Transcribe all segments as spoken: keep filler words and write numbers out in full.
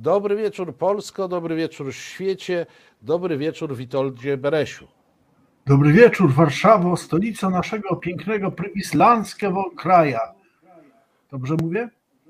Dobry wieczór Polsko, dobry wieczór świecie, dobry wieczór Witoldzie Beresiu. Dobry wieczór Warszawo, stolico naszego pięknego Prywislandzkiego kraja. Dobrze mówię?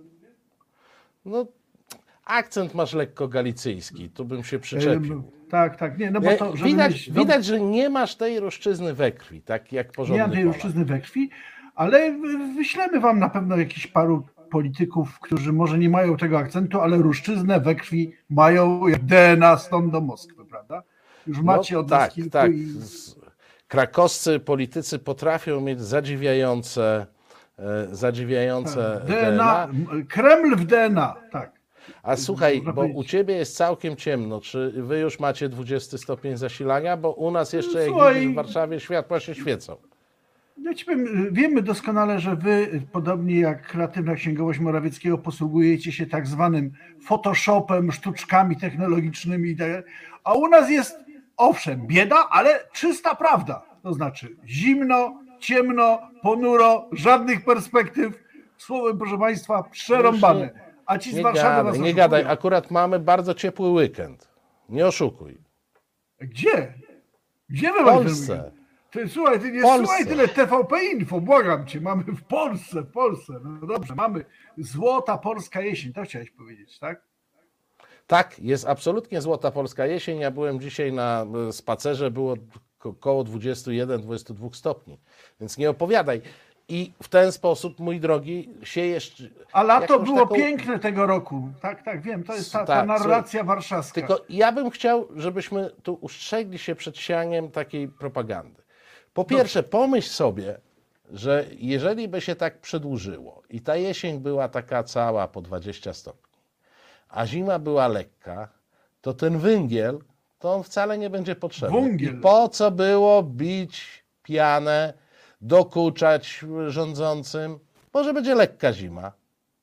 No, akcent masz lekko galicyjski, tu bym się przyczepił. Tak, tak, nie, no bo to... żeby Widać, mieć- widać, że nie masz tej roszczyzny we krwi, tak jak Nie porządny mam tej Polak. ruszczyzny we krwi, ale wyślemy wam na pewno jakiś paru polityków, którzy może nie mają tego akcentu, ale ruszczyznę we krwi mają jak D N A stąd do Moskwy, prawda? Już macie od nas tak, kilku tak. i... Z- Krakowscy politycy potrafią mieć zadziwiające, e, zadziwiające D N A, D N A. Kreml w D N A, tak. A słuchaj, Można bo powiedzieć. u ciebie jest całkiem ciemno. Czy wy już macie dwudziesty stopień zasilania? Bo u nas jeszcze, jak Słuchaj. widzisz, w Warszawie światła się świecą. Ja ci powiem, wiemy doskonale, że wy, podobnie jak kreatywna księgowość Morawieckiego, posługujecie się tak zwanym Photoshopem, sztuczkami technologicznymi, i tak dalej. A u nas jest, owszem, bieda, ale czysta prawda. To znaczy zimno, ciemno, ponuro, żadnych perspektyw. Słowem, proszę Państwa, przerąbane. A ci z Nie Warszawy gadaj, nas nie oszukują. gadaj. Akurat mamy bardzo ciepły weekend. Nie oszukuj. Gdzie? Gdzie wy W macie Polsce. ten- Ty, słuchaj, ty nie Polsce. słuchaj tyle T V P Info, błagam cię, mamy w Polsce, w Polsce, no dobrze, mamy złota polska jesień, to chciałeś powiedzieć, tak? Tak, jest absolutnie złota polska jesień. Ja byłem dzisiaj na e, spacerze, było ko- koło dwudziestu jeden dwudziestu dwóch stopni. Więc nie opowiadaj. I w ten sposób, mój drogi, się jeszcze... A lato jakąś było taką- piękne tego roku, tak, tak, wiem, to jest ta, ta Tak, narracja warszawska. Tylko ja bym chciał, żebyśmy tu ustrzegli się przed sianiem takiej propagandy. Po pierwsze, pomyśl sobie, że jeżeli by się tak przedłużyło i ta jesień była taka cała po dwadzieścia stopni, a zima była lekka, to ten węgiel, to on wcale nie będzie potrzebny. Węgiel. I po co było bić pianę, dokuczać rządzącym? Może będzie lekka zima.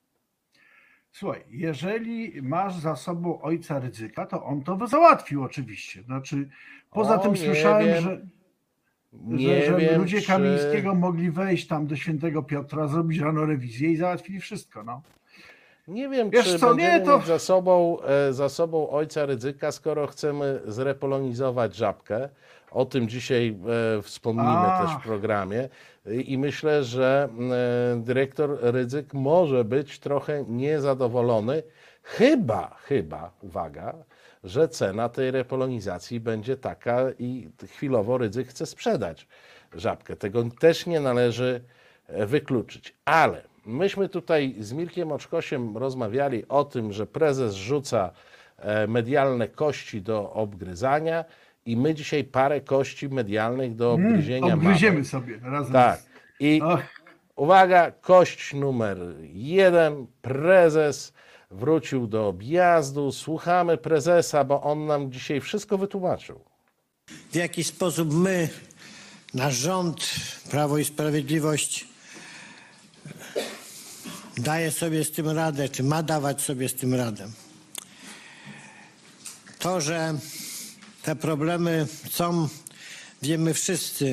Słuchaj, jeżeli masz za sobą ojca Rydzyka, to on to załatwił oczywiście, znaczy, poza O, tym nie słyszałem, wiem. że... Nie że, że wiem, ludzie czy... Kamińskiego mogli wejść tam do Świętego Piotra, zrobić rano rewizję i załatwili wszystko, no. Nie wiem, Wiesz czy co, nie, będziemy to- mieć za sobą, e, za sobą ojca Rydzyka, skoro chcemy zrepolonizować Żabkę. O tym dzisiaj e, wspomnimy A. też w programie. I i myślę, że e, dyrektor Rydzyk może być trochę niezadowolony, chyba, chyba, uwaga, że cena tej repolonizacji będzie taka i chwilowo Rydzyk chce sprzedać Żabkę. Tego też nie należy e, wykluczyć. Ale myśmy tutaj z Mirkiem Oczkosiem rozmawiali o tym, że prezes rzuca e, medialne kości do obgryzania i my dzisiaj parę kości medialnych do obgryzienia Obgryziemy mamy. sobie razem Tak. z... I Och, uwaga, kość numer jeden. Prezes wrócił do objazdu. Słuchamy prezesa, bo on nam dzisiaj wszystko wytłumaczył. w jaki sposób my, nasz rząd, Prawo i Sprawiedliwość daje sobie z tym radę, czy ma dawać sobie z tym radę. To, że te problemy są, wiemy wszyscy,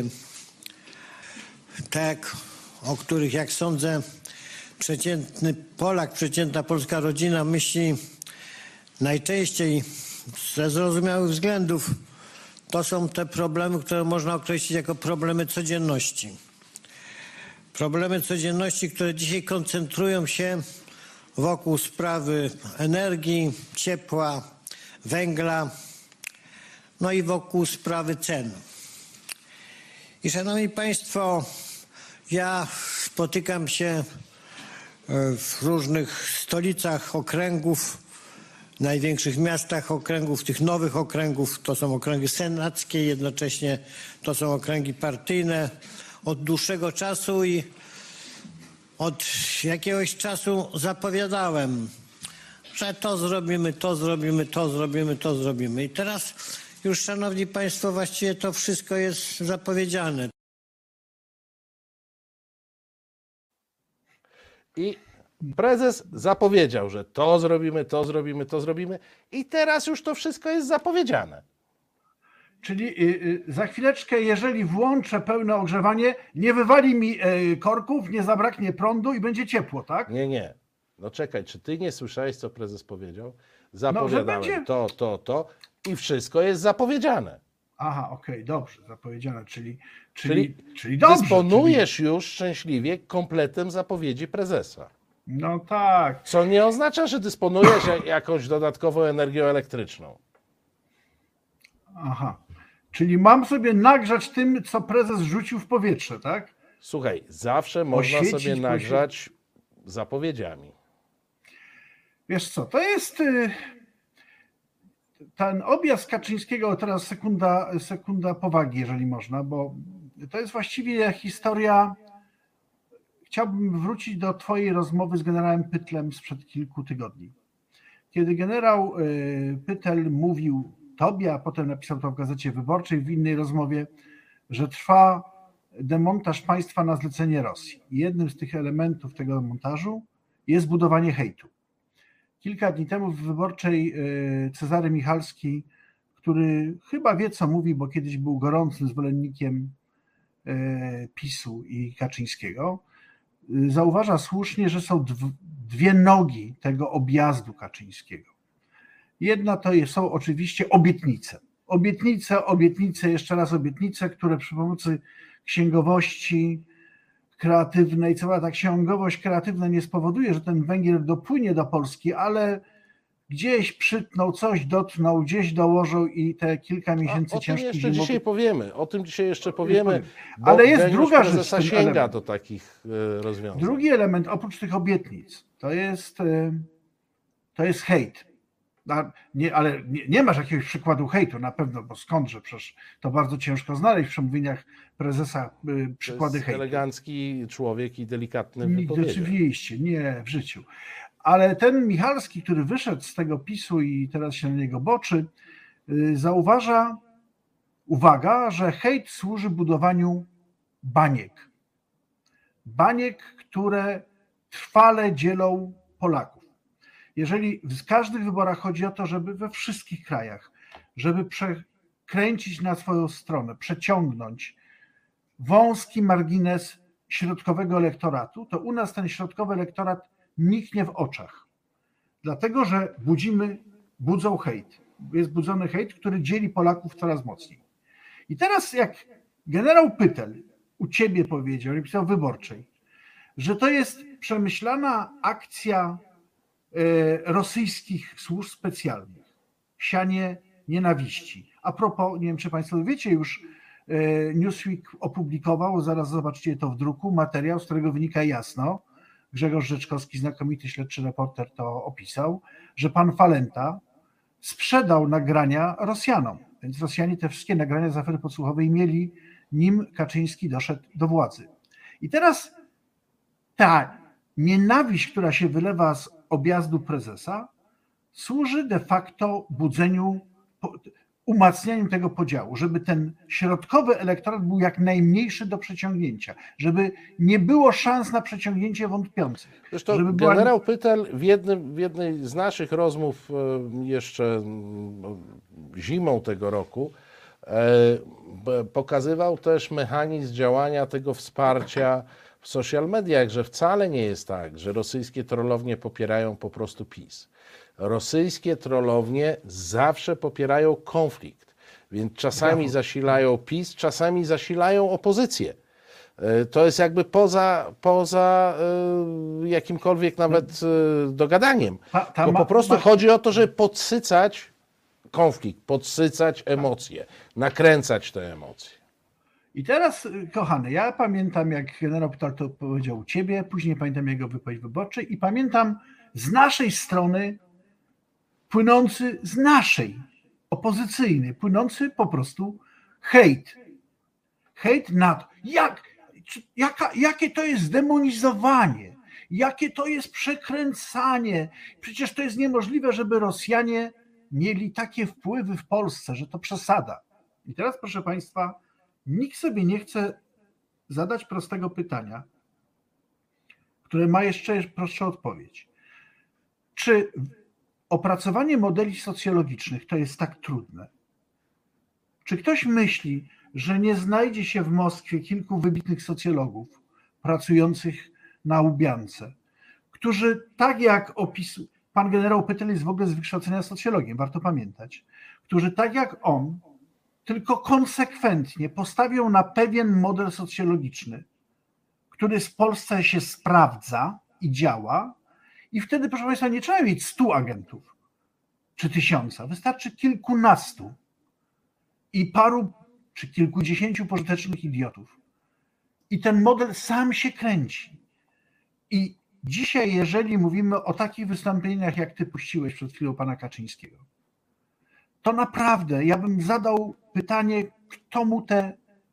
te, o których, jak sądzę, przeciętny Polak, przeciętna polska rodzina myśli najczęściej ze zrozumiałych względów. To są te problemy, które można określić jako problemy codzienności. Problemy codzienności, które dzisiaj koncentrują się wokół sprawy energii, ciepła, węgla, no i wokół sprawy cen. I szanowni państwo, ja spotykam się w różnych stolicach okręgów, największych miastach okręgów, tych nowych okręgów, to są okręgi senackie, jednocześnie to są okręgi partyjne od dłuższego czasu i od jakiegoś czasu zapowiadałem, że to zrobimy, to zrobimy, to zrobimy, to zrobimy. I teraz już, szanowni państwo, właściwie to wszystko jest zapowiedziane. I prezes zapowiedział, że to zrobimy, to zrobimy, to zrobimy. I teraz już to wszystko jest zapowiedziane. czyli y, y, za chwileczkę, jeżeli włączę pełne ogrzewanie, nie wywali mi y, korków, nie zabraknie prądu i będzie ciepło, tak? Nie, nie. No czekaj, czy ty nie słyszałeś, co prezes powiedział? Zapowiadałem będzie- to, to, to i wszystko jest zapowiedziane. Aha, okej, dobrze, zapowiedziane, czyli, Czyli, czyli, czyli dobrze. dysponujesz już szczęśliwie kompletem zapowiedzi prezesa. Czyli, no tak. Co nie oznacza, że dysponujesz ja- jakąś dodatkową energią elektryczną. Aha. Czyli mam sobie nagrzać tym, co prezes rzucił w powietrze, tak? Słuchaj, zawsze można Oświecić, sobie nagrzać zapowiedziami. Wiesz co, to jest y, ten objazd Kaczyńskiego, teraz sekunda, sekunda powagi, jeżeli można, bo to jest właściwie historia. Chciałbym wrócić do twojej rozmowy z generałem Pytlem sprzed kilku tygodni. Kiedy generał y, Pytel mówił tobie, a potem napisał to w Gazecie Wyborczej w innej rozmowie, że trwa demontaż państwa na zlecenie Rosji. I jednym z tych elementów tego montażu jest budowanie hejtu. Kilka dni temu w Wyborczej Cezary Michalski, który chyba wie, co mówi, bo kiedyś był gorącym zwolennikiem PiSu i Kaczyńskiego, zauważa słusznie, że są dwie nogi tego objazdu Kaczyńskiego. Jedna to są oczywiście obietnice. Obietnice, obietnice, jeszcze raz obietnice, które przy pomocy księgowości kreatywnej, cała ta księgowość kreatywna nie spowoduje, że ten węgiel dopłynie do Polski, ale gdzieś przytnął, coś dotknął, gdzieś dołożył i te kilka miesięcy A, o tym ciężkich jeszcze zimowych... dzisiaj powiemy, o tym dzisiaj jeszcze powiemy, bo Ale jest geniusz druga rzecz prezesa w tym sięga element. do takich e, rozwiązań. Drugi element, oprócz tych obietnic, to jest, e, to jest hejt. A nie, ale nie, nie masz jakiegoś przykładu hejtu na pewno, bo skądże, przecież to bardzo ciężko znaleźć w przemówieniach prezesa y, przykłady To jest hejtu. elegancki człowiek i delikatny w Nigdy, wypowiedziach. oczywiście, nie, w życiu. Ale ten Michalski, który wyszedł z tego PiSu i teraz się na niego boczy, y, zauważa, uwaga, że hejt służy budowaniu baniek. Baniek, które trwale dzielą Polaków. Jeżeli w każdych wyborach chodzi o to, żeby we wszystkich krajach, żeby przekręcić na swoją stronę, przeciągnąć wąski margines środkowego elektoratu, to u nas ten środkowy elektorat niknie w oczach. Dlatego, że budzimy, budzą hejt. Jest budzony hejt, który dzieli Polaków coraz mocniej. I teraz jak generał Pytel u ciebie powiedział, napisał w Wyborczej, że to jest przemyślana akcja rosyjskich służb specjalnych, sianie nienawiści. A propos, nie wiem, czy Państwo wiecie, już Newsweek opublikował, zaraz zobaczycie to w druku, materiał, z którego wynika jasno, Grzegorz Rzeczkowski, znakomity śledczy reporter, to opisał, że pan Falenta sprzedał nagrania Rosjanom. Więc Rosjanie te wszystkie nagrania z afery podsłuchowej mieli, nim Kaczyński doszedł do władzy. I teraz ta nienawiść, która się wylewa z objazdu prezesa, służy de facto budzeniu, umacnianiu tego podziału, żeby ten środkowy elektorat był jak najmniejszy do przeciągnięcia, żeby nie było szans na przeciągnięcie wątpiących. Zresztą żeby była... generał Pytel w, jednym, w jednej z naszych rozmów jeszcze zimą tego roku pokazywał też mechanizm działania tego wsparcia w social mediach, że wcale nie jest tak, że rosyjskie trollownie popierają po prostu PiS. Rosyjskie trollownie zawsze popierają konflikt, więc czasami Brawo. zasilają PiS, czasami zasilają opozycję. To jest jakby poza, poza jakimkolwiek nawet dogadaniem. Ta, ta Bo ma, po prostu ma... chodzi o to, żeby podsycać konflikt, podsycać emocje, nakręcać te emocje. I teraz, kochany, ja pamiętam, jak generał Pytel to powiedział u ciebie, później pamiętam jego wypowiedź wyborczej i pamiętam z naszej strony płynący, z naszej, opozycyjnej, płynący po prostu hejt. Hejt na to, jak, jaka, jakie to jest zdemonizowanie, jakie to jest przekręcanie. Przecież to jest niemożliwe, żeby Rosjanie mieli takie wpływy w Polsce, że to przesada. I teraz, proszę Państwa, nikt sobie nie chce zadać prostego pytania, które ma jeszcze prostszą odpowiedź. Czy opracowanie modeli socjologicznych to jest tak trudne? Czy ktoś myśli, że nie znajdzie się w Moskwie kilku wybitnych socjologów pracujących na Łubiance, którzy tak jak opisują, pan generał Pytel jest w ogóle z wykształcenia socjologiem, warto pamiętać, którzy tak jak on, tylko konsekwentnie postawią na pewien model socjologiczny, który w Polsce się sprawdza i działa, i wtedy, proszę Państwa, nie trzeba mieć stu agentów czy tysiąca, wystarczy kilkunastu i paru czy kilkudziesięciu pożytecznych idiotów. I ten model sam się kręci. I dzisiaj, jeżeli mówimy o takich wystąpieniach, jak ty puściłeś przed chwilą pana Kaczyńskiego, to naprawdę ja bym zadał pytanie, kto mu te,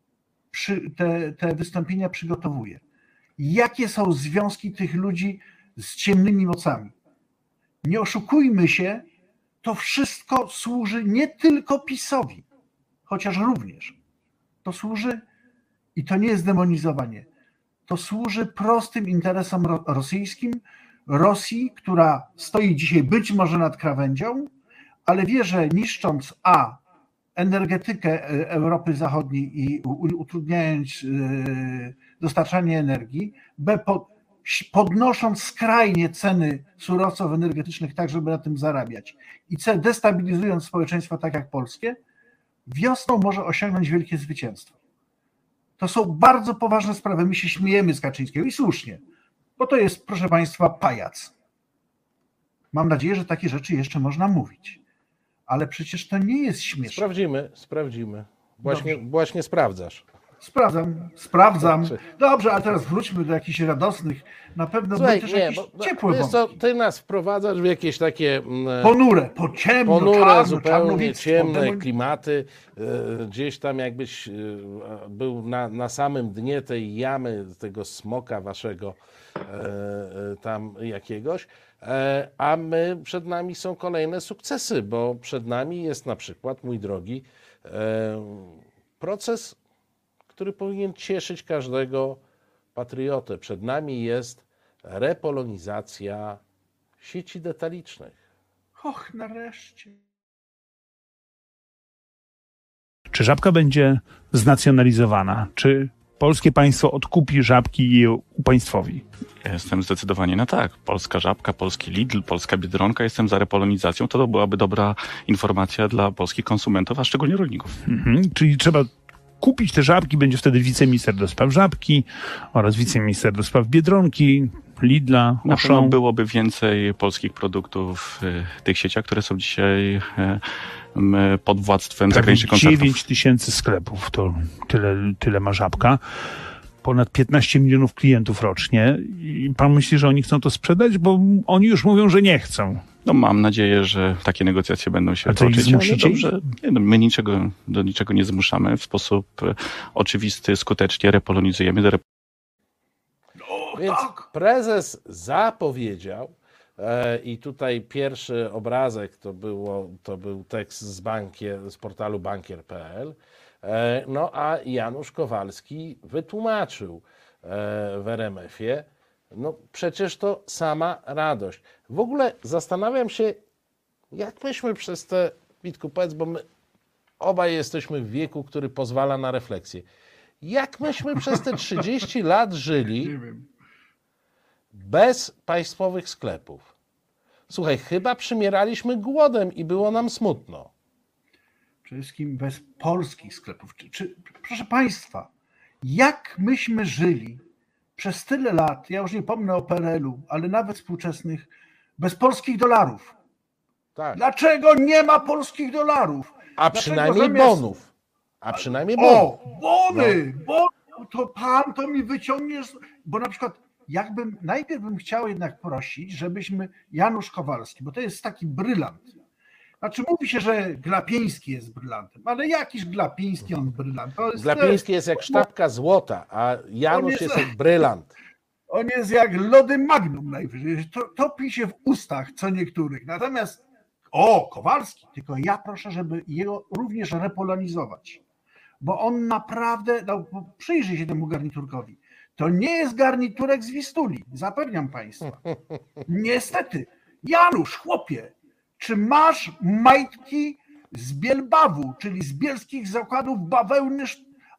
te, te wystąpienia przygotowuje. Jakie są związki tych ludzi z ciemnymi mocami? Nie oszukujmy się, to wszystko służy nie tylko PiS-owi, chociaż również. To służy, i to nie jest demonizowanie, to służy prostym interesom rosyjskim, Rosji, która stoi dzisiaj być może nad krawędzią, ale wie, że niszcząc a energetykę Europy Zachodniej i utrudniając dostarczanie energii, b podnosząc skrajnie ceny surowców energetycznych tak, żeby na tym zarabiać, i c destabilizując społeczeństwa tak jak polskie, wiosną może osiągnąć wielkie zwycięstwo. To są bardzo poważne sprawy. My się śmiejemy z Kaczyńskiego i słusznie, bo to jest, proszę Państwa, pajac. Mam nadzieję, że takie rzeczy jeszcze można mówić. Ale przecież to nie jest śmieszne. Sprawdzimy, sprawdzimy. Właśnie, właśnie sprawdzasz. Sprawdzam, sprawdzam. Dobrze, a teraz wróćmy do jakichś radosnych. Na pewno Słuchaj, też nie, jakieś bo, ciepłe wiesz co, wątki. ty nas wprowadzasz w jakieś takie Ponure, po ciemno, ponure, czarno, zupełnie czarnowictwo, ciemne demon- klimaty. E, Gdzieś tam jakbyś e, był na, na samym dnie tej jamy, tego smoka waszego e, e, tam jakiegoś. E, A my, przed nami są kolejne sukcesy, bo przed nami jest na przykład, mój drogi, e, proces, który powinien cieszyć każdego patriotę. Przed nami jest repolonizacja sieci detalicznych. Och, nareszcie. Czy Żabka będzie znacjonalizowana? Czy polskie państwo odkupi Żabki i je upaństwowi? Ja jestem zdecydowanie na tak. Polska Żabka, polski Lidl, polska Biedronka. Jestem za repolonizacją. To, to byłaby dobra informacja dla polskich konsumentów, a szczególnie rolników. Mhm. Czyli trzeba kupić te Żabki, będzie wtedy wiceminister do spraw Żabki oraz wiceminister do spraw Biedronki, Lidla, Na pewno Auchan. byłoby więcej polskich produktów w tych sieciach, które są dzisiaj e, m, pod władztwem zagranicznych koncernów. dziewięć tysięcy sklepów, to tyle, tyle ma Żabka. Ponad piętnaście milionów klientów rocznie. I pan myśli, że oni chcą to sprzedać? Bo oni już mówią, że nie chcą. No mam nadzieję, że takie negocjacje będą się A co, ich toczyć. zmusicie? Ale dobrze, nie, no, my niczego, do niczego nie zmuszamy. W sposób e, oczywisty, skutecznie repolonizujemy. Więc prezes zapowiedział, e, i tutaj pierwszy obrazek to, było, to był tekst z, bankier, z portalu bankier kropka p l, e, no a Janusz Kowalski wytłumaczył e, w er em efie, no przecież to sama radość. W ogóle zastanawiam się, jak myśmy przez te, Witku, powiedz, bo my obaj jesteśmy w wieku, który pozwala na refleksję. Jak myśmy przez te trzydzieści lat żyli Nie wiem. bez państwowych sklepów? Słuchaj, chyba przymieraliśmy głodem i było nam smutno. Przede wszystkim bez polskich sklepów. Czy, czy, proszę Państwa, jak myśmy żyli przez tyle lat, ja już nie pomnę o P R L u, ale nawet współczesnych, bez polskich dolarów? Tak. Dlaczego nie ma polskich dolarów? A Dlaczego przynajmniej zamiast- bonów. A przynajmniej bonów. O, bony, bony, to pan to mi wyciągniesz, bo na przykład jakbym, najpierw bym chciał jednak prosić, żebyśmy, Janusz Kowalski, bo to jest taki brylant. Znaczy mówi się, że Glapiński jest brylantem, ale jakiś Glapiński, on brylant. To jest, Glapiński jest jak sztabka złota, a Janusz jest- jest jak brylant. On jest jak lody magnum najwyżej. To, topi się w ustach co niektórych. Natomiast, o, Kowalski, tylko ja proszę, żeby jego również repolonizować. Bo on naprawdę, no, przyjrzyj się temu garniturkowi. To nie jest garniturek z Wistuli, zapewniam Państwa. Niestety. Janusz, chłopie, czy masz majtki z Bielbawu, czyli z bielskich zakładów bawełny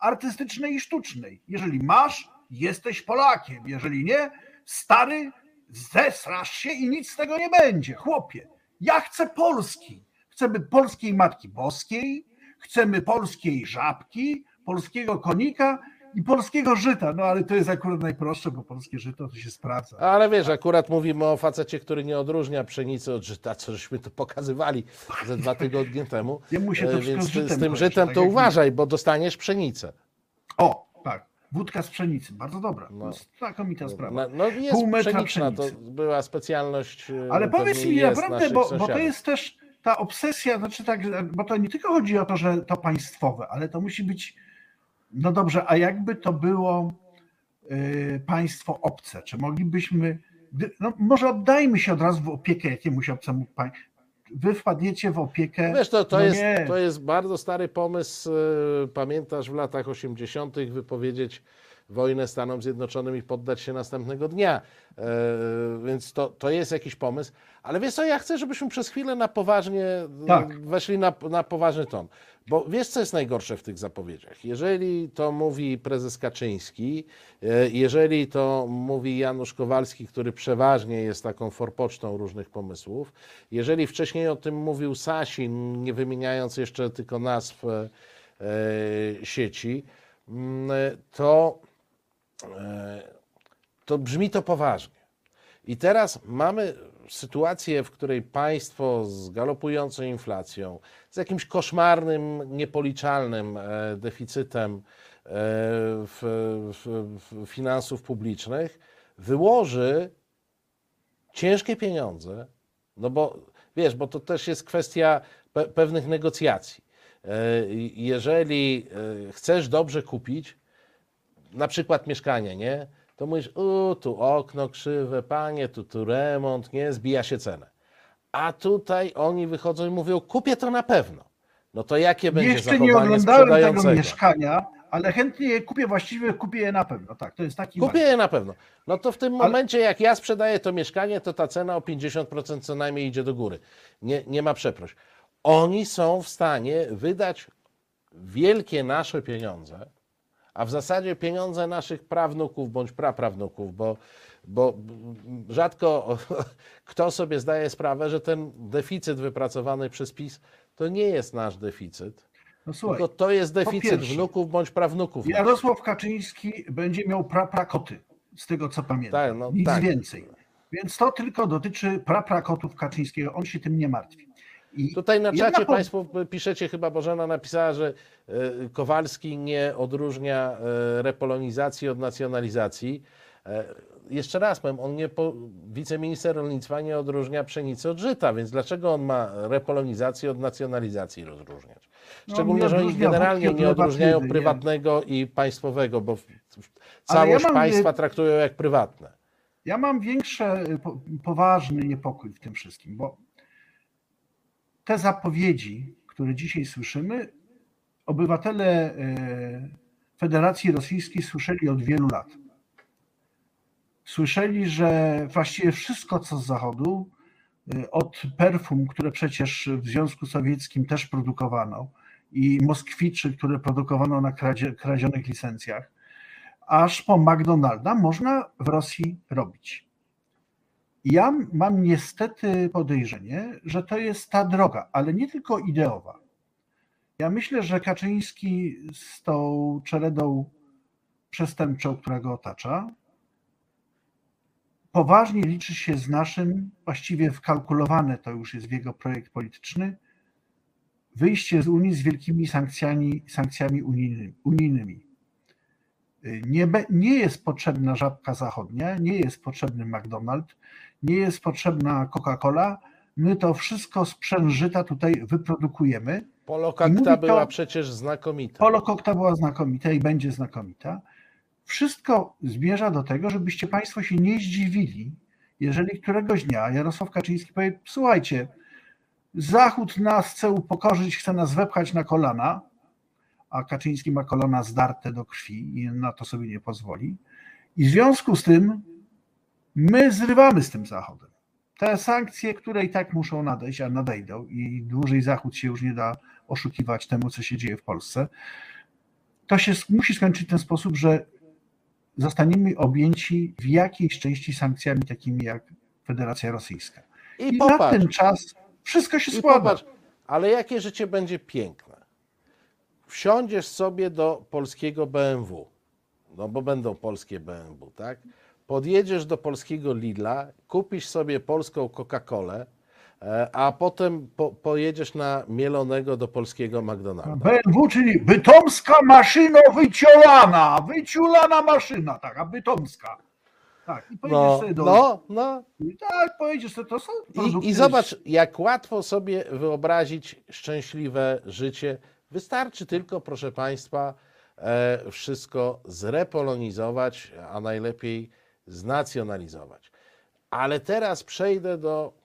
artystycznej i sztucznej? Jeżeli masz, jesteś Polakiem. Jeżeli nie, stary, zesrasz się i nic z tego nie będzie. Chłopie, ja chcę Polski. Chcemy polskiej Matki Boskiej, chcemy polskiej żabki, polskiego konika i polskiego żyta. No ale to jest akurat najprostsze, bo polskie żyto to się sprawdza. Ale wiesz, akurat mówimy o facecie, który nie odróżnia pszenicy od żyta, co żeśmy to pokazywali ze dwa tygodnie temu. Jemu się to E, wszystko Więc z żytem z tym kojarzy, żytem tak to jak uważaj, bo dostaniesz pszenicę. O, tak. Wódka z pszenicy, bardzo dobra. No. To jest znakomita sprawa. No, no jest Pół metra pszeniczna, to pszenicy. była specjalność. e, Ale pewnie powiedz mi jest naprawdę, naszych bo, bo to sąsiadów. jest też ta obsesja, znaczy tak, bo to nie tylko chodzi o to, że to państwowe, ale to musi być, no dobrze, a jakby to było y, państwo obce, czy moglibyśmy, gdy- no może oddajmy się od razu w opiekę jakiemuś obcemu państwu. Wy wpadniecie w opiekę. Wiesz, to, to, no jest, nie. to jest bardzo stary pomysł. e, Pamiętasz, w latach osiemdziesiątych wypowiedzieć wojnę Stanom Zjednoczonym i poddać się następnego dnia. E, Więc to, to jest jakiś pomysł. Ale wiesz co, ja chcę, żebyśmy przez chwilę na poważnie e, Tak. weszli na, na poważny ton. Bo wiesz, co jest najgorsze w tych zapowiedziach? Jeżeli to mówi prezes Kaczyński, e, jeżeli to mówi Janusz Kowalski, który przeważnie jest taką forpocztą różnych pomysłów, jeżeli wcześniej o tym mówił Sasin, nie wymieniając jeszcze tylko nazw e, e, sieci, mm, to, e, to brzmi to poważnie. I teraz mamy sytuację, w której państwo z galopującą inflacją, z jakimś koszmarnym, niepoliczalnym e, deficytem e, w, w, w finansów publicznych wyłoży ciężkie pieniądze, no bo wiesz, bo to też jest kwestia pe- pewnych negocjacji. E, Jeżeli e, chcesz dobrze kupić, na przykład mieszkanie, nie? To mówisz, u, tu okno krzywe, panie, tu, tu remont, nie? Zbija się cenę. A tutaj oni wychodzą i mówią, kupię to na pewno. No to jakie będzie Jeszcze nie zachowanie oglądałem tego sprzedającego? mieszkania, ale chętnie je kupię, właściwie kupię je na pewno. Tak, to jest taki Kupię je na pewno. No to w tym Ale- momencie, jak ja sprzedaję to mieszkanie, to ta cena o pięćdziesiąt procent co najmniej idzie do góry. Nie, nie ma przeproś. Oni są w stanie wydać wielkie nasze pieniądze, a w zasadzie pieniądze naszych prawnuków bądź praprawnuków, bo, bo rzadko kto sobie zdaje sprawę, że ten deficyt wypracowany przez PiS to nie jest nasz deficyt, No słuchaj, tylko to jest deficyt pierwsze, wnuków bądź prawnuków. naszych. Jarosław Kaczyński będzie miał praprakoty, z tego co pamiętam. Tak, no Nic tak. więcej. Więc to tylko dotyczy praprakotów Kaczyńskiego. On się tym nie martwi. I Tutaj na jedna czacie po- Państwo piszecie, chyba Bożena napisała, że e, Kowalski nie odróżnia e, repolonizacji od nacjonalizacji. E, Jeszcze raz powiem, on nie, po, wiceminister rolnictwa nie odróżnia pszenicy od żyta, więc dlaczego on ma repolonizację od nacjonalizacji rozróżniać? No, Szczególnie, nie że oni odróżnia generalnie wódki nie od odróżniają lewatydy, nie. prywatnego i państwowego, bo w- w- Ale ja całość mam, państwa y- traktują jak prywatne. Ja mam większy, po, poważny niepokój w tym wszystkim, bo te zapowiedzi, które dzisiaj słyszymy, obywatele e, Federacji Rosyjskiej słyszeli od wielu lat. Słyszeli, że właściwie wszystko, co z Zachodu, e, od perfum, które przecież w Związku Sowieckim też produkowano, i moskwiczy, które produkowano na kradzie, kradzionych licencjach, aż po McDonalda można w Rosji robić. Ja mam niestety podejrzenie, że to jest ta droga, ale nie tylko ideowa. Ja myślę, że Kaczyński z tą czeledą przestępczą, która go otacza, poważnie liczy się z naszym, właściwie wkalkulowane to już jest w jego projekt polityczny, wyjście z Unii z wielkimi sankcjami, sankcjami unijnymi. unijnymi. Nie, be, nie jest potrzebna żabka zachodnia, nie jest potrzebny McDonald's, nie jest potrzebna Coca-Cola. My to wszystko z przężyta tutaj wyprodukujemy. I mówi Polokakta to- była przecież znakomita. Polokokta była znakomita i będzie znakomita. Wszystko zmierza do tego, żebyście Państwo się nie zdziwili, jeżeli któregoś dnia Jarosław Kaczyński powie, słuchajcie, Zachód nas chce upokorzyć, chce nas wepchać na kolana, a Kaczyński ma kolana zdarte do krwi i na to sobie nie pozwoli. I w związku z tym my zrywamy z tym Zachodem. Te sankcje, które i tak muszą nadejść, a nadejdą i dłużej Zachód się już nie da oszukiwać temu, co się dzieje w Polsce, to się musi skończyć w ten sposób, że zostaniemy objęci w jakiejś części sankcjami takimi jak Federacja Rosyjska. I, I na popatrz, ten czas wszystko się i składa. popatrz, ale jakie życie będzie piękne. Wsiądziesz sobie do polskiego B M W, no bo będą polskie B M W, tak? Podjedziesz do polskiego Lidla, kupisz sobie polską Coca-Colę, e, a potem po, pojedziesz na mielonego do polskiego McDonalda. B M W, czyli bytomska maszyno wyciolana, wyciulana maszyna, taka bytomska. Tak, i pojedziesz No, sobie do... no, no. I tak, pojedziesz sobie, to są produkty... I, I zobacz, jak łatwo sobie wyobrazić szczęśliwe życie. Wystarczy tylko, proszę Państwa, e, wszystko zrepolonizować, a najlepiej znacjonalizować. Ale teraz przejdę do,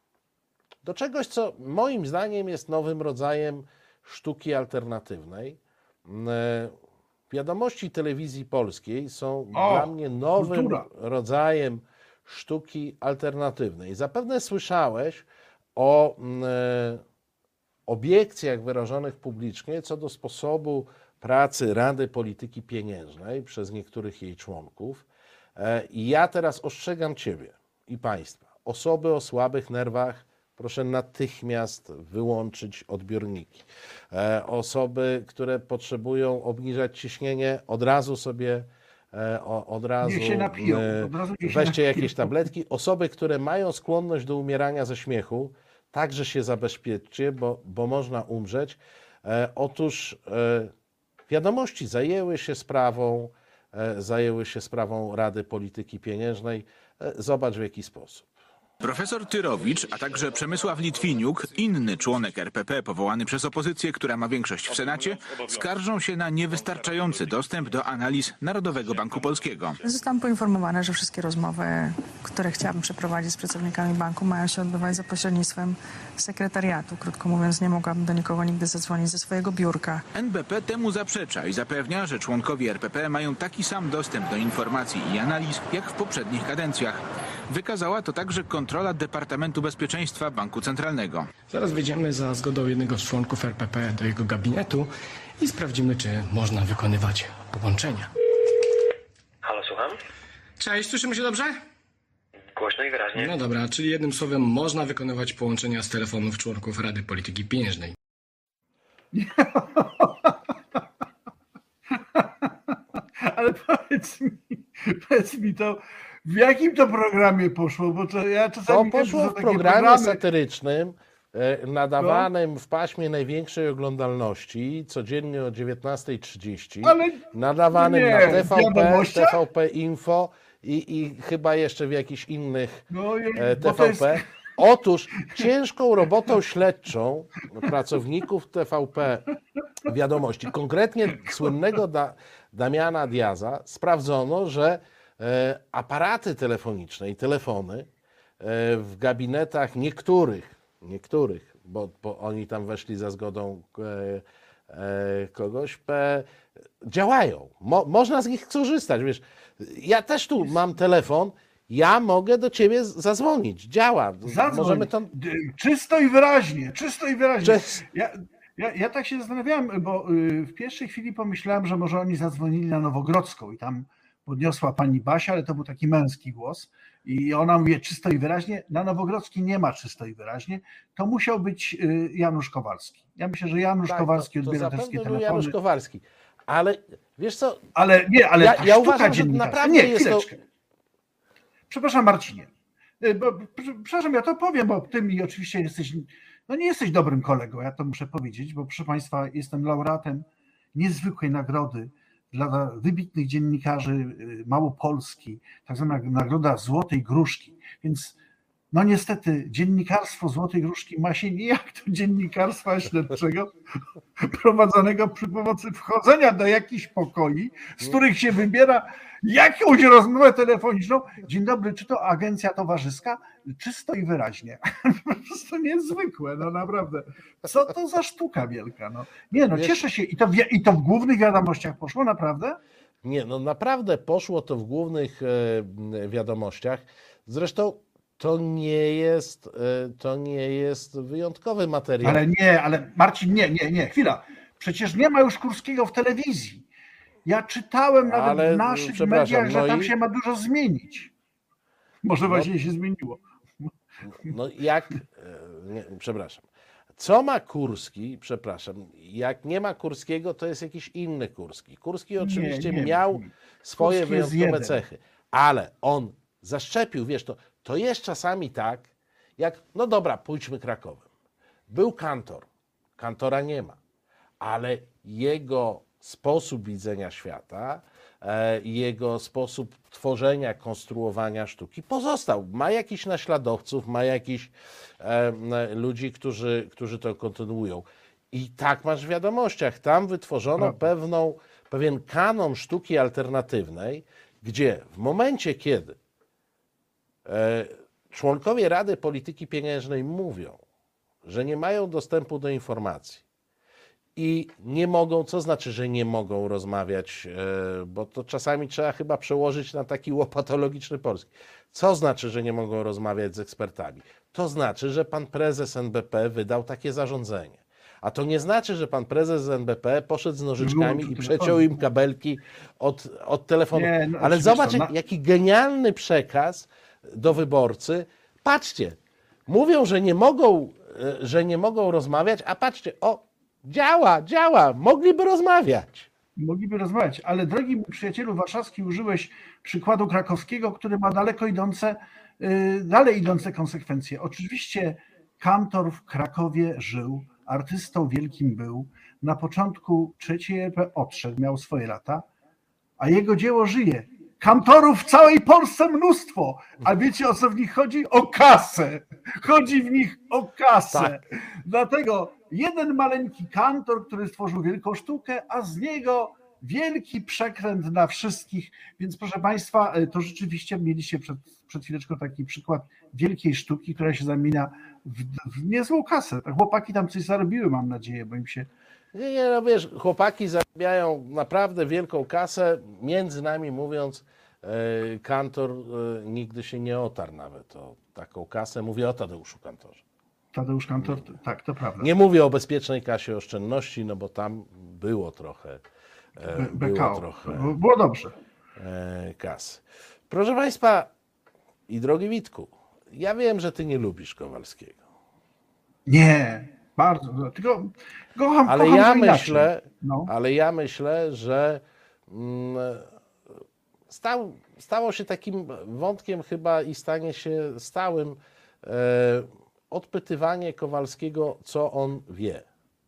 do czegoś, co moim zdaniem jest nowym rodzajem sztuki alternatywnej. E, Wiadomości Telewizji Polskiej są O, dla mnie nowym kultura. rodzajem sztuki alternatywnej. Zapewne słyszałeś o mm, e, obiekcjach wyrażonych publicznie co do sposobu pracy Rady Polityki Pieniężnej przez niektórych jej członków. E, I ja teraz ostrzegam Ciebie i Państwa. Osoby o słabych nerwach proszę natychmiast wyłączyć odbiorniki. E, osoby, które potrzebują obniżać ciśnienie, od razu sobie e, o, od razu Niech się napiją, e, od razu niech się weźcie napiją. jakieś tabletki. Osoby, które mają skłonność do umierania ze śmiechu, także się zabezpieczcie, bo, bo można umrzeć. E, otóż e, wiadomości zajęły się sprawą, e, zajęły się sprawą Rady Polityki Pieniężnej. E, zobacz w jaki sposób. Profesor Tyrowicz, a także Przemysław Litwiniuk, inny członek R P P powołany przez opozycję, która ma większość w Senacie, skarżą się na niewystarczający dostęp do analiz Narodowego Banku Polskiego. Zostałam poinformowana, że wszystkie rozmowy, które chciałabym przeprowadzić z pracownikami banku, mają się odbywać za pośrednictwem sekretariatu. Krótko mówiąc, nie mogłabym do nikogo nigdy zadzwonić ze swojego biurka. N B P temu zaprzecza i zapewnia, że członkowie R P P mają taki sam dostęp do informacji i analiz, jak w poprzednich kadencjach. Wykazała to także kontrola Departamentu Bezpieczeństwa Banku Centralnego. Zaraz wejdziemy za zgodą jednego z członków R P P do jego gabinetu i sprawdzimy, czy można wykonywać połączenia. Halo, słucham? Cześć, słyszymy się dobrze? Głośno i wyraźnie. No dobra, czyli jednym słowem można wykonywać połączenia z telefonów członków Rady Polityki Pieniężnej. Ale powiedz mi, powiedz mi to, w jakim to programie poszło? Bo to ja To czasami poszło są w takie programie programy. satyrycznym, e, nadawanym w paśmie największej oglądalności, codziennie o dziewiętnastej trzydzieści, Ale nadawanym nie, na T V P, wiadomościach? T V P Info i, i chyba jeszcze w jakichś innych No, je- e, bo to T V P. jest- Otóż ciężką robotą śledczą pracowników T V P Wiadomości, konkretnie słynnego da, Damiana Diaza, sprawdzono, że e, aparaty telefoniczne i telefony e, w gabinetach niektórych, niektórych, bo, bo oni tam weszli za zgodą e, e, kogoś, pe, działają. Mo, można z nich skorzystać. Wiesz, ja też tu mam telefon, ja mogę do ciebie z- zadzwonić. Działa. Zadzwoń. Możemy to. D- Czysto i wyraźnie, czysto i wyraźnie. Czes- Ja, ja, ja tak się zastanawiałem, bo y, w pierwszej chwili pomyślałem, że może oni zadzwonili na Nowogrodzką i tam podniosła pani Basia, ale to był taki męski głos i ona mówi czysto i wyraźnie. Na Nowogrodzkiej nie ma czysto i wyraźnie. To musiał być y, Janusz Kowalski. Ja myślę, że Janusz Tak, Kowalski to, to odbiera te wszystkie zapewne był telefony. Janusz Kowalski. Ale wiesz co, Ale nie, ale Ja- ta ja sztuka uważam, że dziennikarska. naprawdę Nie, jest to- chwileczkę. Przepraszam, Marcinie. Y, Bo, prze- przepraszam, ja to powiem, bo ty mi oczywiście jesteś, no nie jesteś dobrym kolegą, ja to muszę powiedzieć, bo proszę Państwa, jestem laureatem niezwykłej nagrody dla wybitnych dziennikarzy y, Małopolski, tak zwana nagroda Złotej Gruszki, więc no niestety dziennikarstwo Złotej Gruszki ma się nijak do dziennikarstwa śledczego prowadzonego przy pomocy wchodzenia do jakichś pokoi, z których się wybiera jakąś rozmowę telefoniczną. Dzień dobry, czy to agencja towarzyska? Czysto i wyraźnie. Po prostu niezwykłe, no naprawdę. Co to za sztuka wielka? No. Nie no, Wiesz- cieszę się. I to, w, I to w głównych wiadomościach poszło, naprawdę? nie, no naprawdę poszło to w głównych e, wiadomościach. Zresztą to nie jest, e, to nie jest wyjątkowy materiał. Ale nie, ale Marcin, nie, nie, nie, chwila. Przecież nie ma już Kurskiego w telewizji. Ja czytałem nawet Ale, w naszych przepraszam, mediach, że no tam i- się ma dużo zmienić. Może właśnie się zmieniło. No jak, e, nie, przepraszam, co ma Kurski, przepraszam, jak nie ma Kurskiego, to jest jakiś inny Kurski. Kurski oczywiście nie, miał nie. swoje Kurski jest wyjątkowe jeden. cechy, ale on zaszczepił, wiesz, to, to jest czasami tak, jak, no dobra, pójdźmy Krakowem. Był Kantor, Kantora nie ma, ale jego sposób widzenia świata, e, jego sposób tworzenia, konstruowania sztuki pozostał. Ma jakichś naśladowców, ma jakichś e, ludzi, którzy, którzy to kontynuują. I tak masz w wiadomościach. Tam wytworzono pewną, pewien kanon sztuki alternatywnej, gdzie w momencie, kiedy e, członkowie Rady Polityki Pieniężnej mówią, że nie mają dostępu do informacji i nie mogą, co znaczy, że nie mogą rozmawiać, e, bo to czasami trzeba chyba przełożyć na taki łopatologiczny polski. Co znaczy, że nie mogą rozmawiać z ekspertami? To znaczy, że pan prezes N B P wydał takie zarządzenie. A to nie znaczy, że pan prezes z N B P poszedł z nożyczkami Wyłączył i przeciął telefon. im kabelki od, od telefonu. Nie, no, Ale oczywiście, zobacz, na- jaki genialny przekaz do wyborcy. Patrzcie, mówią, że nie mogą, e, że nie mogą rozmawiać, a patrzcie, o, działa, działa, mogliby rozmawiać. Mogliby rozmawiać, ale drogi mój przyjacielu warszawski, użyłeś przykładu krakowskiego, który ma daleko idące, yy, dalej idące konsekwencje. Oczywiście Kantor w Krakowie żył, artystą wielkim był, na początku trzeciej R P odszedł, miał swoje lata, a jego dzieło żyje. Kantorów w całej Polsce mnóstwo, a wiecie, o co w nich chodzi? O kasę. Chodzi w nich o kasę. Tak. Dlatego jeden maleńki kantor, który stworzył wielką sztukę, a z niego wielki przekręt na wszystkich. Więc proszę Państwa, to rzeczywiście mieliście przed, przed chwileczką taki przykład wielkiej sztuki, która się zamienia w, w niezłą kasę. Te chłopaki tam coś zarobiły, mam nadzieję, bo im się... Nie, nie, no wiesz, chłopaki zarabiają naprawdę wielką kasę. Między nami mówiąc, e, Kantor e, nigdy się nie otarł nawet o taką kasę. Mówię o Tadeuszu Kantorze. Tadeusz Kantor, tak, to prawda. Nie mówię o bezpiecznej kasie oszczędności, no bo tam było trochę, e, B- było B K O. trochę Było dobrze. e, kasy. Proszę Państwa i drogi Witku, ja wiem, że Ty nie lubisz Kowalskiego. Nie, bardzo. Tylko kocham, Ale kocham ja go inaczej. myślę, No. ale ja myślę, że mm, stał, stało się takim wątkiem chyba i stanie się stałym e, odpytywanie Kowalskiego, co on wie.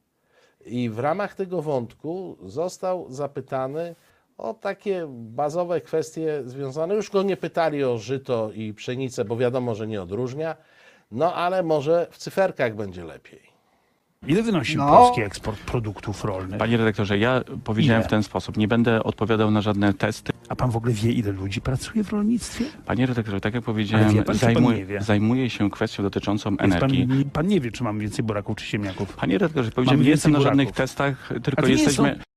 I w ramach tego wątku został zapytany o takie bazowe kwestie związane. Już go nie pytali o żyto i pszenicę, bo wiadomo, że nie odróżnia. No ale może w cyferkach będzie lepiej. Ile wynosi No. polski eksport produktów rolnych? Panie redaktorze, ja powiedziałem Ile? w ten sposób, nie będę odpowiadał na żadne testy. A pan w ogóle wie, ile ludzi pracuje w rolnictwie? Panie redaktorze, tak jak Ale powiedziałem, wie pan, czy pan zajmuję, nie wie? zajmuję się kwestią dotyczącą Więc pan, energii. nie- pan nie wie, czy mam więcej buraków czy ziemniaków. Panie redaktorze, powiedziałem, Mam nie jestem na więcej żadnych buraków. testach, A tylko to nie jesteśmy... są-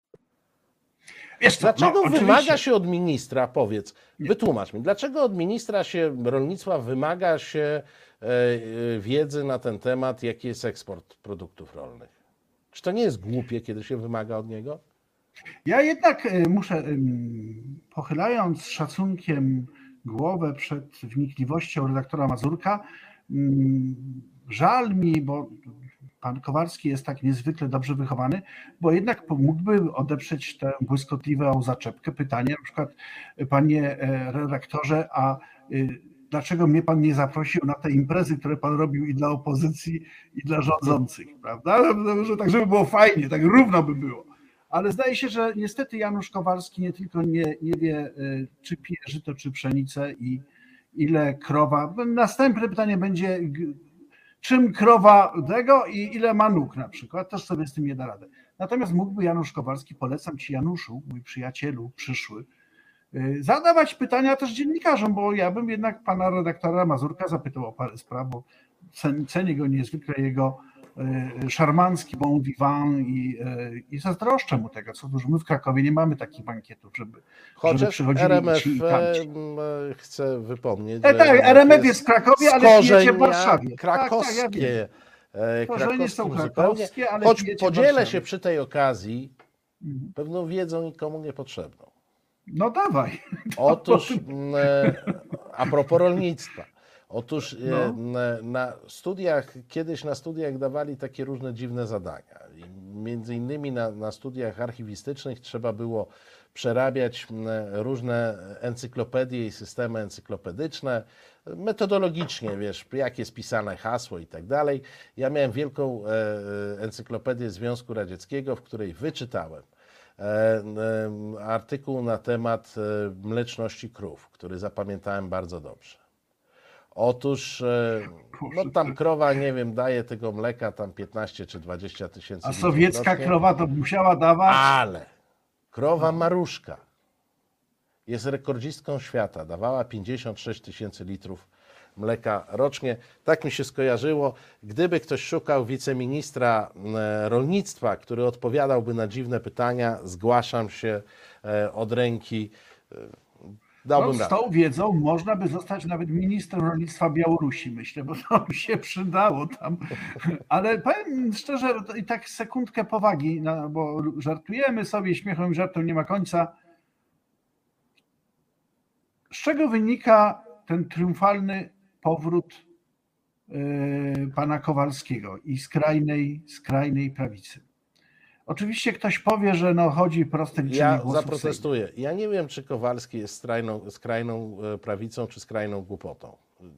Wiesz co, Dlaczego no, oczywiście. wymaga się od ministra, powiedz, wytłumacz mi, dlaczego od ministra się rolnictwa wymaga się e, e, wiedzy na ten temat, jaki jest eksport produktów rolnych? Czy to nie jest głupie, kiedy się wymaga od niego? Ja jednak y, muszę, ym, pochylając z szacunkiem głowę przed wnikliwością redaktora Mazurka, ym, żal mi, bo pan Kowalski jest tak niezwykle dobrze wychowany, bo jednak mógłby odeprzeć tę błyskotliwą zaczepkę. Pytanie na przykład, panie e, redaktorze, a y, dlaczego mnie pan nie zaprosił na te imprezy, które pan robił i dla opozycji, i dla rządzących, prawda? Że tak, żeby było fajnie, tak równo by było. Ale zdaje się, że niestety Janusz Kowalski nie tylko nie, nie wie, y, czy pije żyto, czy pszenicę i ile krowa. Następne pytanie będzie, g- czym krowa tego i ile ma nóg na przykład. Też sobie z tym nie da rady. Natomiast mógłby Janusz Kowalski, polecam ci Januszu, mój przyjacielu przyszły, y, zadawać pytania też dziennikarzom, bo ja bym jednak pana redaktora Mazurka zapytał o parę spraw, bo cen- cenię go niezwykle, jego y, szarmancki bon vivant i, y, i zazdroszczę mu tego, co dużo. My w Krakowie nie mamy takich bankietów, żeby, żeby Chociaż przychodzili R M F ci i tamci. em, chcę wypomnieć, E, że tak, R M F jest w Krakowie, z ale pijecie korzenia w Warszawie. Tak, tak, ja krakowskie. wiem. e, Korzenie są krakowskim zupełnie. krakowskie, ale Choć pijecie w podzielę Warszawie. się przy tej okazji pewną wiedzą nikomu niepotrzebną. No dawaj. Otóż m, a propos rolnictwa. Otóż No. e, na studiach, kiedyś na studiach dawali takie różne dziwne zadania. I między innymi na, na studiach archiwistycznych trzeba było przerabiać m, różne encyklopedie i systemy encyklopedyczne, metodologicznie, wiesz, jak jest pisane hasło i tak dalej. Ja miałem wielką e, encyklopedię Związku Radzieckiego, w której wyczytałem e, e, artykuł na temat e, mleczności krów, który zapamiętałem bardzo dobrze. Otóż, e, no tam krowa, nie wiem, daje tego mleka tam piętnaście czy dwadzieścia tysięcy A litrów sowiecka rocznie, krowa to musiała dawać. ale krowa Maruszka jest rekordzistką świata. Dawała pięćdziesiąt sześć tysięcy litrów mleka rocznie. Tak mi się skojarzyło. Gdyby ktoś szukał wiceministra e, rolnictwa, który odpowiadałby na dziwne pytania, zgłaszam się e, od ręki. E, Dałbym No, z radę. tą wiedzą można by zostać nawet ministrem rolnictwa Białorusi, myślę, bo to by się przydało tam. Ale powiem szczerze, i tak sekundkę powagi, no, bo żartujemy sobie, śmiechem i żartem nie ma końca. Z czego wynika ten triumfalny powrót yy, pana Kowalskiego i skrajnej, skrajnej prawicy? Oczywiście ktoś powie, że no chodzi o proste liczenie Ja głosów. zaprotestuję. Ja nie wiem, czy Kowalski jest skrajną, skrajną e, prawicą, czy skrajną głupotą.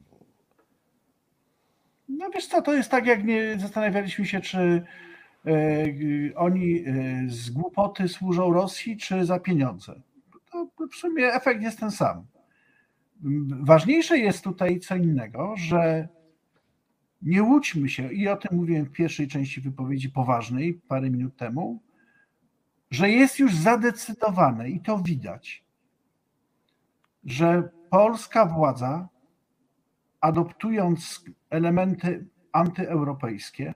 No wiesz co, to jest tak, jak nie zastanawialiśmy się, czy e, oni e, z głupoty służą Rosji, czy za pieniądze. To w sumie efekt jest ten sam. Ważniejsze jest tutaj co innego, że nie łudźmy się, i o tym mówiłem w pierwszej części wypowiedzi poważnej parę minut temu, że jest już zadecydowane, i to widać, że polska władza, adoptując elementy antyeuropejskie,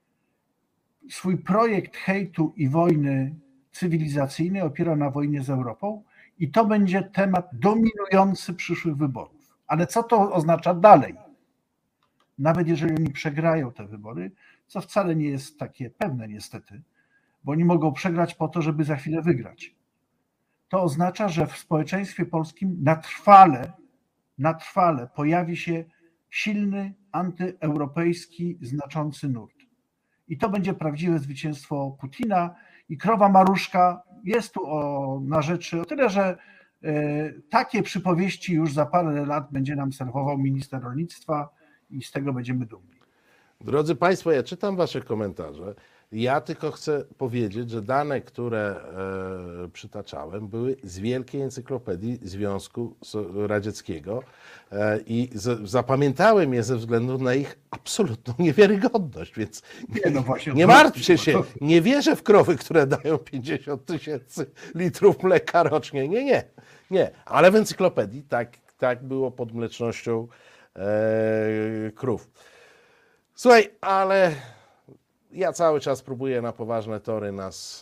swój projekt hejtu i wojny cywilizacyjnej opiera na wojnie z Europą i to będzie temat dominujący przyszłych wyborów. Ale co to oznacza dalej? Nawet jeżeli oni przegrają te wybory, co wcale nie jest takie pewne niestety, bo oni mogą przegrać po to, żeby za chwilę wygrać. To oznacza, że w społeczeństwie polskim na trwale, na trwale pojawi się silny, antyeuropejski, znaczący nurt. I to będzie prawdziwe zwycięstwo Putina i krowa Maruszka jest tu o, na rzeczy o tyle, że y, takie przypowieści już za parę lat będzie nam serwował minister rolnictwa i z tego będziemy dumni. Drodzy Państwo, ja czytam Wasze komentarze. Ja tylko chcę powiedzieć, że dane, które e, przytaczałem, były z Wielkiej Encyklopedii Związku Radzieckiego e, i z, zapamiętałem je ze względu na ich absolutną niewiarygodność, więc Nie, no właśnie, nie martwcie się, nie wierzę w krowy, które dają pięćdziesiąt tysięcy litrów mleka rocznie. Nie, nie, nie. Ale w encyklopedii tak, tak było pod mlecznością e, krów. Słuchaj, ale ja cały czas próbuję na poważne tory nas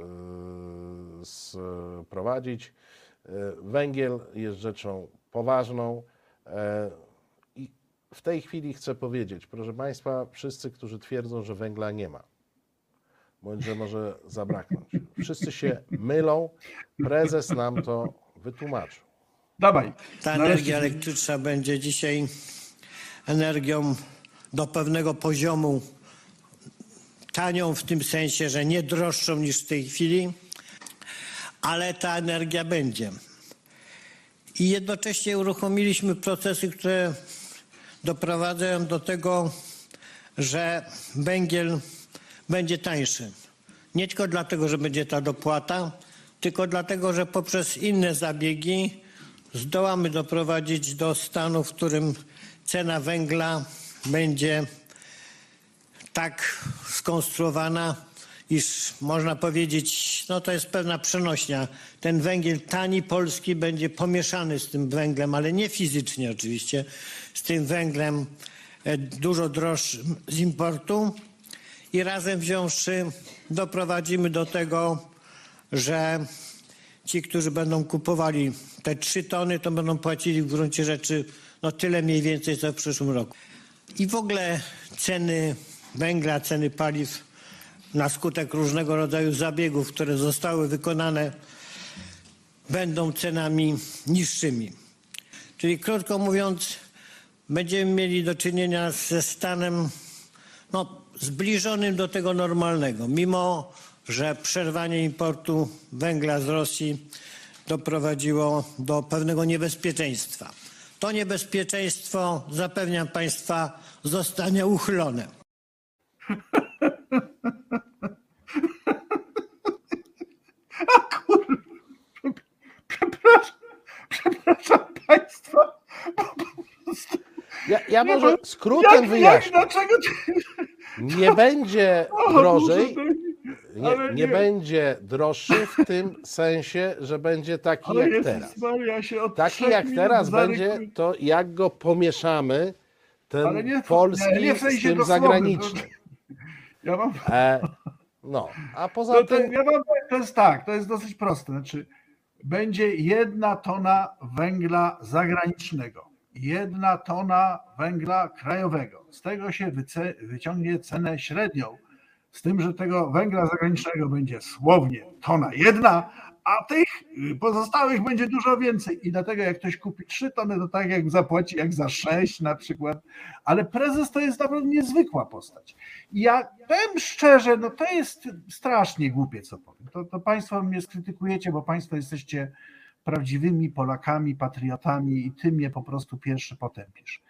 e, sprowadzić. E, węgiel jest rzeczą poważną e, i w tej chwili chcę powiedzieć, proszę Państwa, wszyscy, którzy twierdzą, że węgla nie ma, bądź że może zabraknąć, wszyscy się mylą, prezes nam to wytłumaczył. Dawaj. Ta energia elektryczna będzie dzisiaj energią do pewnego poziomu tanią w tym sensie, że nie droższą niż w tej chwili, ale ta energia będzie. I jednocześnie uruchomiliśmy procesy, które doprowadzają do tego, że węgiel będzie tańszy. Nie tylko dlatego, że będzie ta dopłata, tylko dlatego, że poprzez inne zabiegi zdołamy doprowadzić do stanu, w którym cena węgla będzie tak skonstruowana, iż można powiedzieć, no to jest pewna przenośnia. Ten węgiel tani polski będzie pomieszany z tym węglem, ale nie fizycznie oczywiście, z tym węglem dużo droższym z importu i razem wziąwszy doprowadzimy do tego, że ci, którzy będą kupowali te trzy tony, to będą płacili w gruncie rzeczy no tyle mniej więcej co w przyszłym roku. I w ogóle ceny węgla, ceny paliw na skutek różnego rodzaju zabiegów, które zostały wykonane, będą cenami niższymi. Czyli krótko mówiąc, będziemy mieli do czynienia ze stanem no, zbliżonym do tego normalnego, mimo że przerwanie importu węgla z Rosji doprowadziło do pewnego niebezpieczeństwa. To niebezpieczeństwo, zapewniam Państwa, zostanie uchylone. A kurwa, przepraszam, przepraszam Państwa. bo po prostu- Ja, ja Nie, może bo skrótem jak, jak, wyjaśnię. dlaczego... Nie będzie O, drożej, Boże, nie, ale nie nie. będzie droższy w tym sensie, że będzie taki Ale jak Jezus teraz. Maria, się od Taki trzech jak minut teraz zarykuj. będzie, to jak go pomieszamy, ten Ale nie- polski nie, nie w sensie z tym dosłownym, zagranicznym. Ja mam... E, no, a poza No to, tym, ja mam, to jest tak, to jest dosyć proste. Znaczy, będzie jedna tona węgla zagranicznego, jedna tona węgla krajowego. Z tego się wyce, wyciągnie cenę średnią. Z tym, że tego węgla zagranicznego będzie słownie tona jedna, a tych pozostałych będzie dużo więcej. I dlatego jak ktoś kupi trzy tony, to tak jak zapłaci jak za sześć na przykład. Ale prezes to jest naprawdę niezwykła postać. I ja powiem szczerze, no to jest strasznie głupie, co powiem. To, to Państwo mnie skrytykujecie, bo Państwo jesteście prawdziwymi Polakami, patriotami i Ty mnie po prostu pierwszy potępisz.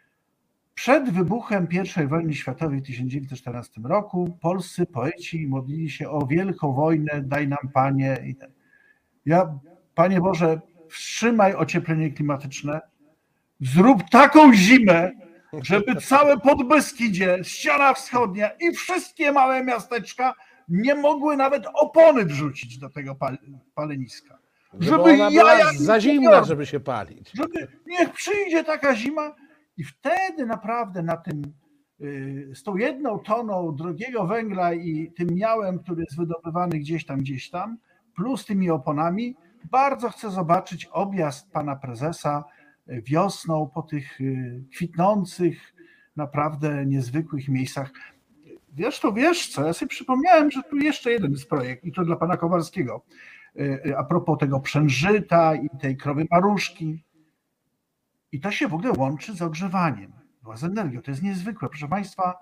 Przed wybuchem pierwszej wojny światowej w tysiąc dziewięćset czternastym roku polscy poeci modlili się o wielką wojnę, daj nam Panie. Ja, Panie Boże, wstrzymaj ocieplenie klimatyczne, zrób taką zimę, żeby całe Podbeskidzie, ściana wschodnia i wszystkie małe miasteczka nie mogły nawet opony wrzucić do tego pal- paleniska. żeby ona była jaja za i zimna, cukier- żeby się palić. żeby niech przyjdzie taka zima i wtedy naprawdę na tym, y, z tą jedną toną drogiego węgla i tym miałem, który jest wydobywany gdzieś tam, gdzieś tam, plus tymi oponami, bardzo chcę zobaczyć objazd pana prezesa wiosną po tych y, kwitnących, naprawdę niezwykłych miejscach. Wiesz to, wiesz co, ja sobie przypomniałem, że tu jeszcze jeden jest projekt i to dla pana Kowalskiego. Y, A propos tego przężyta i tej krowy maruszki. I to się w ogóle łączy z ogrzewaniem, z energią. To jest niezwykłe. Proszę Państwa,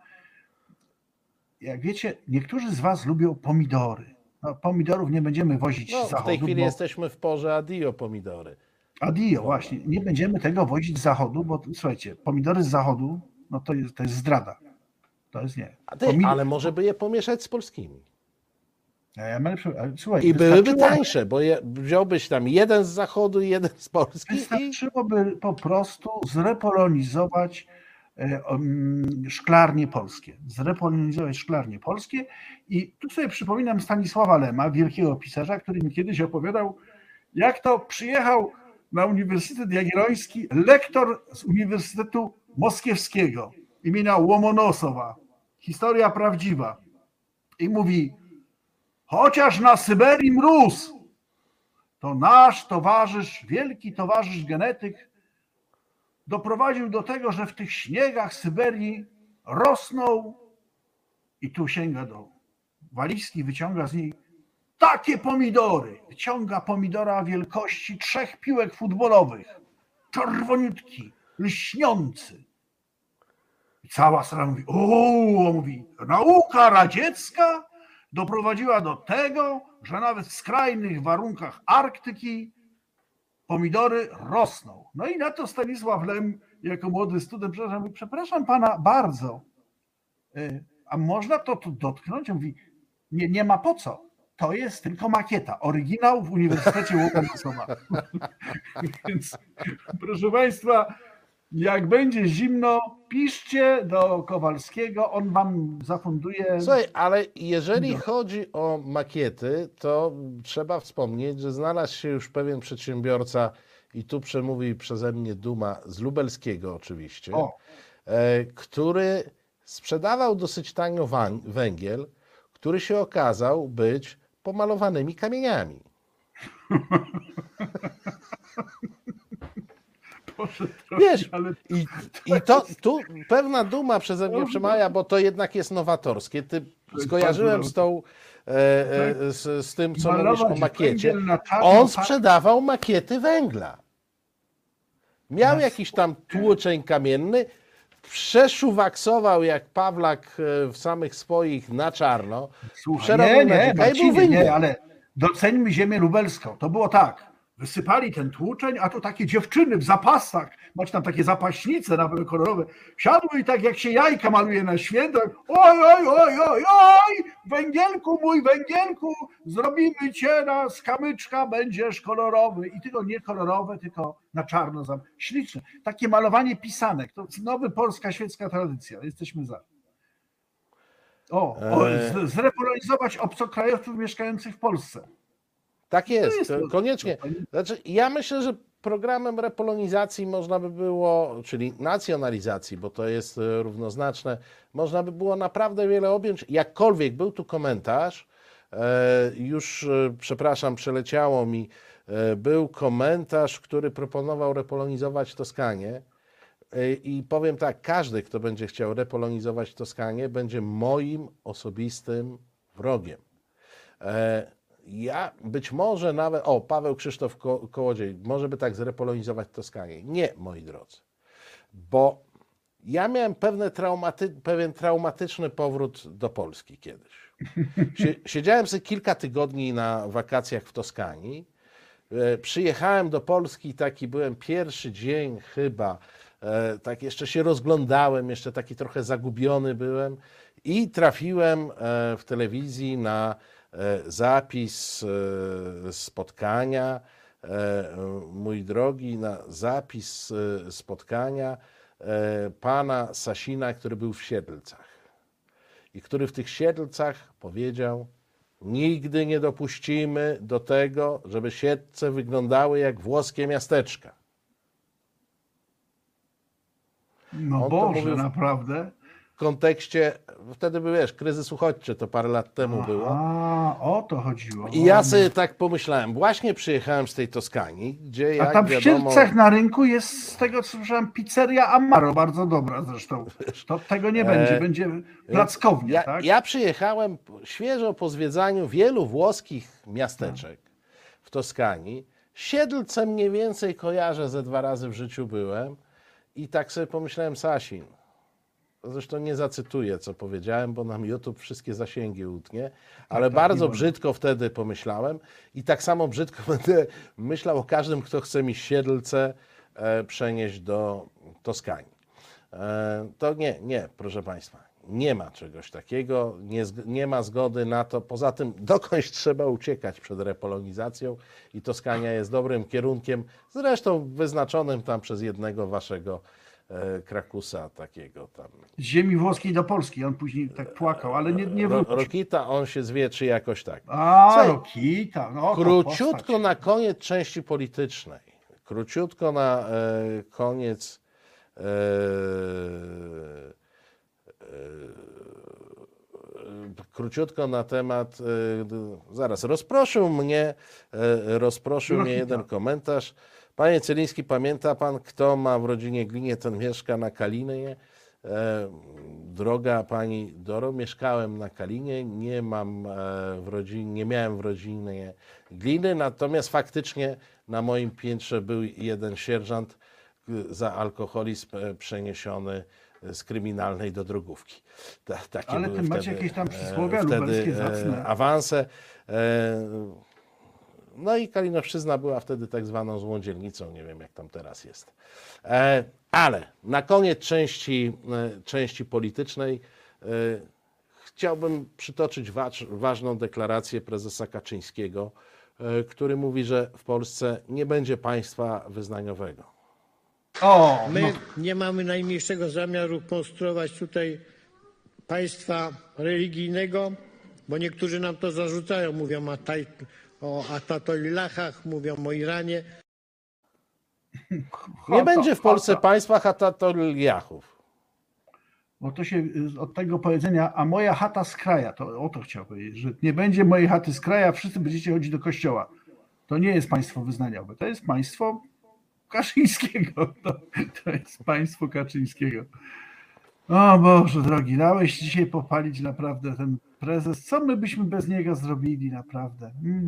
jak wiecie, niektórzy z Was lubią pomidory. No, pomidorów nie będziemy wozić No, z w zachodu. tej chwili bo... jesteśmy w porze adio pomidory. Adio, właśnie. Nie będziemy tego wozić z zachodu, bo słuchajcie, pomidory z zachodu, no to jest, to jest zdrada. To jest nie. A ty, Pomid- ale może by je pomieszać z polskimi. Ja, ja mam lepsze, ale słuchaj, I byłyby wystarczyło- tańsze, bo je, wziąłbyś tam jeden z zachodu i jeden z Polski i Wystarczyłoby po prostu zrepolonizować e, um, szklarnie polskie. Zrepolonizować szklarnie polskie i tu sobie przypominam Stanisława Lema, wielkiego pisarza, który mi kiedyś opowiadał, jak to przyjechał na Uniwersytet Jagielloński lektor z Uniwersytetu Moskiewskiego imienia Łomonosowa. Historia prawdziwa. I mówi, chociaż na Syberii mróz, to nasz towarzysz, wielki towarzysz genetyk doprowadził do tego, że w tych śniegach Syberii rosną i tu sięga do walizki, wyciąga z niej takie pomidory. Wyciąga pomidora wielkości trzech piłek futbolowych. Czerwoniutki, lśniący. I cała sala mówi, o, mówi, nauka radziecka doprowadziła do tego, że nawet w skrajnych warunkach Arktyki pomidory rosną. No i na to Stanisław Lem, jako młody student, przepraszam, mówi, przepraszam pana bardzo, a można to tu dotknąć? On mówi, nie, nie ma po co. To jest tylko makieta. Oryginał w Uniwersytecie Łomonosowa. Więc proszę państwa, jak będzie zimno, piszcie do Kowalskiego, on wam zafunduje. Słuchaj, ale jeżeli chodzi o makiety, to trzeba wspomnieć, że znalazł się już pewien przedsiębiorca i tu przemówi przeze mnie duma z lubelskiego oczywiście, O. e, który sprzedawał dosyć tanio wań- węgiel, który się okazał być pomalowanymi kamieniami. Boże, Wiesz, ale i, i to tu pewna duma przeze mnie przemawia, bo to jednak jest nowatorskie. Ty skojarzyłem z tą, e, e, z, z tym, co Malować mówisz o makiecie. węgiel na czarno, On tak? sprzedawał makiety węgla. Miał jakiś tam tłuczeń kamienny, przeszuwaksował jak Pawlak e, w samych swoich na czarno. Słuchaj, przerobił nie, na nie, dzika i był Marcinie, węgiel. nie, ale doceńmy ziemię lubelską. To było tak. Wysypali ten tłuczeń, a tu takie dziewczyny w zapasach, macie tam takie zapaśnice nawet kolorowe, siadły i tak jak się jajka maluje na świętach, oj, oj, oj, oj, oj, węgielku mój, węgielku, zrobimy cię na z kamyczka, będziesz kolorowy. I tylko nie kolorowe, tylko na czarno. Śliczne. Takie malowanie pisanek, to nowa polska świecka tradycja, jesteśmy za. O, o z- zrepolonizować obcokrajowców mieszkających w Polsce. Tak jest, jest to- koniecznie. Znaczy, ja myślę, że programem repolonizacji można by było, czyli nacjonalizacji, bo to jest e, równoznaczne, można by było naprawdę wiele objąć. Jakkolwiek był tu komentarz, e, już, e, przepraszam, przeleciało mi, e, był komentarz, który proponował repolonizować Toskanię. E, I powiem tak, każdy, kto będzie chciał repolonizować Toskanię, będzie moim osobistym wrogiem. E, Ja być może nawet, o, Paweł Krzysztof Ko- Kołodziej, może by tak zrepolonizować Toskanię. Nie, moi drodzy, bo ja miałem pewne traumaty, pewien traumatyczny powrót do Polski kiedyś. Sie, siedziałem sobie kilka tygodni na wakacjach w Toskanii. E, przyjechałem do Polski, taki byłem pierwszy dzień chyba, e, tak jeszcze się rozglądałem, jeszcze taki trochę zagubiony byłem i trafiłem e, w telewizji na zapis spotkania, mój drogi, na zapis spotkania pana Sasina, który był w Siedlcach i który w tych Siedlcach powiedział: nigdy nie dopuścimy do tego, żeby Siedlce wyglądały jak włoskie miasteczka. No On to Boże, mówił w- naprawdę. W kontekście, wtedy był, wiesz, kryzys uchodźczy, to parę lat temu było. A, o to chodziło. I ja sobie tak pomyślałem, właśnie przyjechałem z tej Toskanii, gdzie A jak tam w wiadomo, Siedlcach na rynku jest, z tego co słyszałem, pizzeria Amaro, bardzo dobra zresztą. To tego nie będzie, będzie plackownia, ja, tak? ja przyjechałem świeżo po zwiedzaniu wielu włoskich miasteczek w Toskanii. Siedlce mniej więcej kojarzę, ze dwa razy w życiu byłem i tak sobie pomyślałem, Sasin, zresztą nie zacytuję, co powiedziałem, bo nam YouTube wszystkie zasięgi utnie, ale tak, bardzo nie brzydko wtedy pomyślałem i tak samo brzydko będę myślał o każdym, kto chce mi Siedlce e, przenieść do Toskanii. E, to nie, nie, proszę Państwa, nie ma czegoś takiego, nie, zg- nie ma zgody na to. Poza tym dokądś trzeba uciekać przed repolonizacją i Toskania jest dobrym kierunkiem, zresztą wyznaczonym tam przez jednego waszego e, Krakusa takiego tam. Z ziemi włoskiej do Polski, on później tak płakał, ale nie, nie Ro, wrócił. Rokita, on się zwietrzy jakoś tak. A, Słuchaj, Rokita, no to Króciutko postać. na koniec części politycznej. Króciutko na e, koniec e, e, króciutko na temat, e, d- zaraz, rozproszył mnie, e, rozproszył mnie Rokita. jeden komentarz. Panie Celiński, pamięta pan, kto ma w rodzinie Glinie, ten mieszka na Kalinie? E, Droga pani Doro, mieszkałem na Kalinie, nie mam e, w rodzinie, nie miałem w rodzinie Gliny, natomiast faktycznie na moim piętrze był jeden sierżant y, za alkoholizm e, przeniesiony z kryminalnej do drogówki. Ta, takie Ale były ty macie wtedy, jakieś tam e, przysłowia wtedy, lubelskie e, zacne. awanse. E, No i Kalinowszczyzna była wtedy tak zwaną złą dzielnicą, nie wiem jak tam teraz jest. E, ale na koniec części, e, części politycznej e, chciałbym przytoczyć wacz, ważną deklarację prezesa Kaczyńskiego, e, który mówi, że w Polsce nie będzie państwa wyznaniowego. O, My no, nie mamy najmniejszego zamiaru konstruować tutaj państwa religijnego, bo niektórzy nam to zarzucają. Mówią o, taj, o Atatolilachach, mówią o Iranie. Nie będzie w Polsce chata. państwa Hatatoliachów. Bo to się y, od tego powiedzenia, a moja chata z kraja, to o to chciał powiedzieć, że nie będzie mojej chaty z kraja, wszyscy będziecie chodzić do kościoła. To nie jest państwo wyznaniowe, to jest państwo Kaczyńskiego. To, to jest państwo Kaczyńskiego. O Boże drogi, dałeś dzisiaj popalić naprawdę ten prezes. Co my byśmy bez niego zrobili naprawdę? Mm.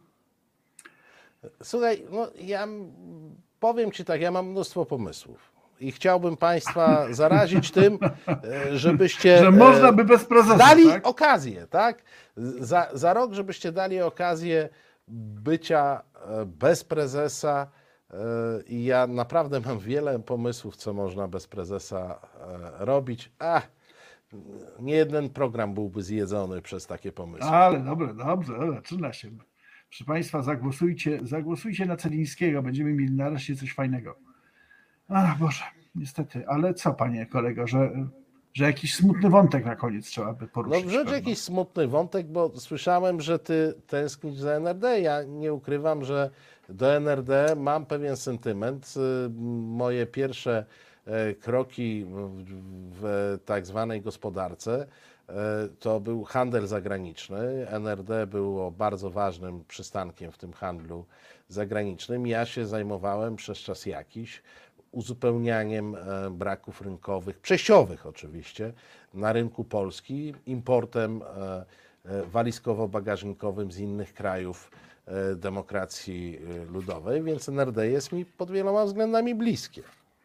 Słuchaj, no ja m- powiem ci tak, ja mam mnóstwo pomysłów i chciałbym Państwa zarazić tym, e, żebyście Że e, można by bez prezesa, dali tak? okazję, tak? Za, za rok, żebyście dali okazję bycia e, bez prezesa e, i ja naprawdę mam wiele pomysłów, co można bez prezesa e, robić. A, nie jeden program byłby zjedzony przez takie pomysły. Ale dobre, dobrze, zaczyna się. Proszę Państwa, zagłosujcie, zagłosujcie na Celińskiego, będziemy mieli nareszcie coś fajnego. Ach Boże, niestety, ale co panie kolego, że, że jakiś smutny wątek na koniec trzeba by No poruszyć. wrzuć pewno. jakiś smutny wątek, bo słyszałem, że ty tęsknisz za N R D. Ja nie ukrywam, że do N R D mam pewien sentyment. Y, Moje pierwsze e, kroki w, w tak zwanej gospodarce e, to był handel zagraniczny. N R D było bardzo ważnym przystankiem w tym handlu zagranicznym. Ja się zajmowałem przez czas jakiś uzupełnianiem e, braków rynkowych, przejściowych oczywiście, na rynku Polski, importem e, e, walizkowo-bagażnikowym z innych krajów e, demokracji e, ludowej, więc N R D jest mi pod wieloma względami bliskie.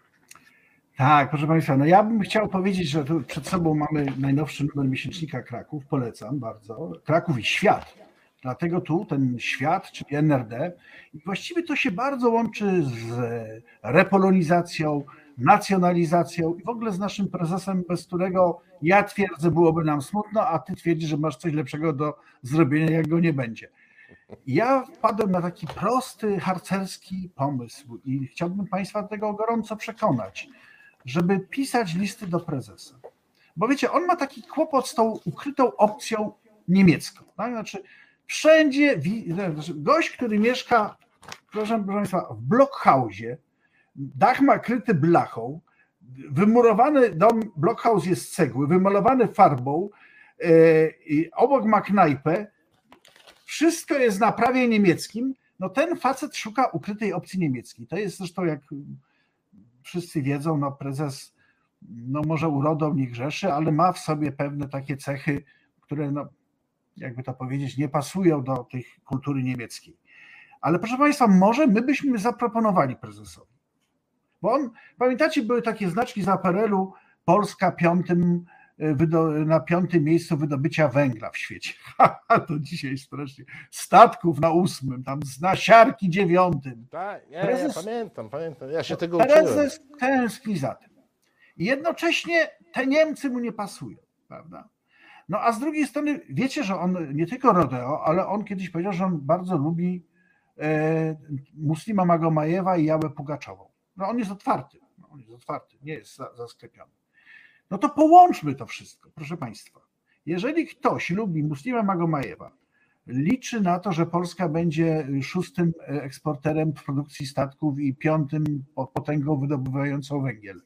Tak, proszę Państwa, no ja bym chciał powiedzieć, że tu przed sobą mamy najnowszy numer miesięcznika Kraków, polecam bardzo, Kraków i Świat. Dlatego tu ten świat, czyli N R D, i właściwie to się bardzo łączy z repolonizacją, nacjonalizacją i w ogóle z naszym prezesem, bez którego ja twierdzę, byłoby nam smutno, a ty twierdzisz, że masz coś lepszego do zrobienia, jak go nie będzie. Ja wpadłem na taki prosty, harcerski pomysł i chciałbym Państwa do tego gorąco przekonać, żeby pisać listy do prezesa. Bo wiecie, on ma taki kłopot z tą ukrytą opcją niemiecką. Tak? Znaczy, wszędzie gość, który mieszka, proszę, proszę Państwa, w blockhausie, dach ma kryty blachą, wymurowany dom, blockhaus jest z cegły, wymalowany farbą, yy, obok ma knajpę, wszystko jest na prawie niemieckim, no ten facet szuka ukrytej opcji niemieckiej. To jest zresztą, jak wszyscy wiedzą, no prezes, no może urodą nie grzeszy, ale ma w sobie pewne takie cechy, które, no, jakby to powiedzieć, nie pasują do tej kultury niemieckiej. Ale proszę Państwa, może my byśmy zaproponowali prezesowi. Bo on, pamiętacie, były takie znaczki z A P R L u, Polska piątym, na piątym miejscu wydobycia węgla w świecie. To dzisiaj strasznie. Statków na ósmym, tam na siarki dziewiątym. Tak, ja, Prezes- ja pamiętam, pamiętam. Ja się tego uczyłem. Prezes tęskni za tym. I jednocześnie te Niemcy mu nie pasują, prawda? No a z drugiej strony wiecie, że on nie tylko rodeo, ale on kiedyś powiedział, że on bardzo lubi e, Muslima Magomajewa i Jałę Pugaczową. No on jest otwarty, no, on jest otwarty, nie jest za, zasklepiony. No to połączmy to wszystko, proszę Państwa. Jeżeli ktoś lubi Muslima Magomajewa, liczy na to, że Polska będzie szóstym eksporterem w produkcji statków i piątym potęgą wydobywającą węgiel.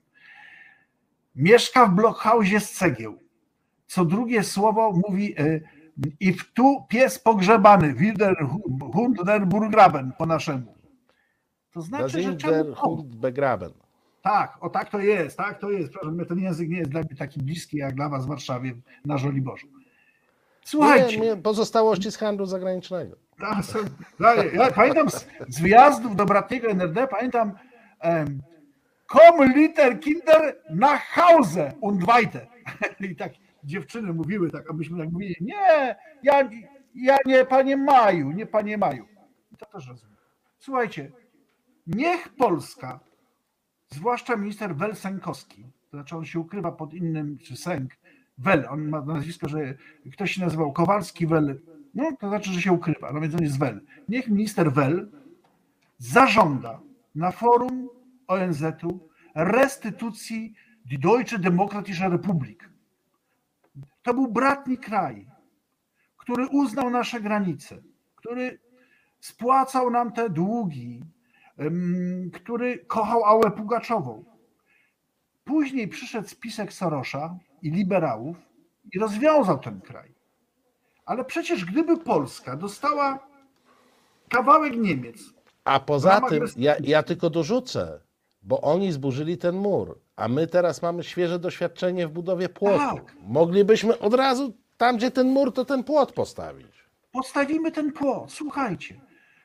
Mieszka w blockhausie z cegieł. Co drugie słowo mówi i w tu pies pogrzebany, Wilder Hund der Burgraben po naszemu. To znaczy, że Der czemu Hund begraben. tak, o tak to jest, tak to jest. Proszę mnie, ten język nie jest dla mnie taki bliski jak dla was w Warszawie na Żoliborzu. Słuchajcie. Nie, nie, pozostałości z handlu zagranicznego. Ja, są- ja, ja pamiętam z, z wyjazdów do bratniego N R D, pamiętam um, Komm liter Kinder nach Hause und weiter. I tak dziewczyny mówiły tak, abyśmy tak mówili, nie, ja, ja nie panie Maju, nie panie Maju. I to też rozumiem. Słuchajcie, niech Polska, zwłaszcza minister Wel-Sękowski, to znaczy on się ukrywa pod innym, czy Sęk, Wel, on ma nazwisko, że ktoś się nazywał Kowalski Wel, no to znaczy, że się ukrywa, no więc on jest Wel. Niech minister Wel zażąda na forum O N Z u restytucji die Deutsche Demokratische Republik. To był bratni kraj, który uznał nasze granice, który spłacał nam te długi, który kochał Ałę Pugaczową. Później przyszedł spisek Sorosza i liberałów i rozwiązał ten kraj. Ale przecież gdyby Polska dostała kawałek Niemiec, A poza ramach tym, restytucji. ja, ja tylko dorzucę, bo oni zburzyli ten mur, a my teraz mamy świeże doświadczenie w budowie płotu. Tak. Moglibyśmy od razu tam, gdzie ten mur, to ten płot postawić. Postawimy ten płot. Słuchajcie.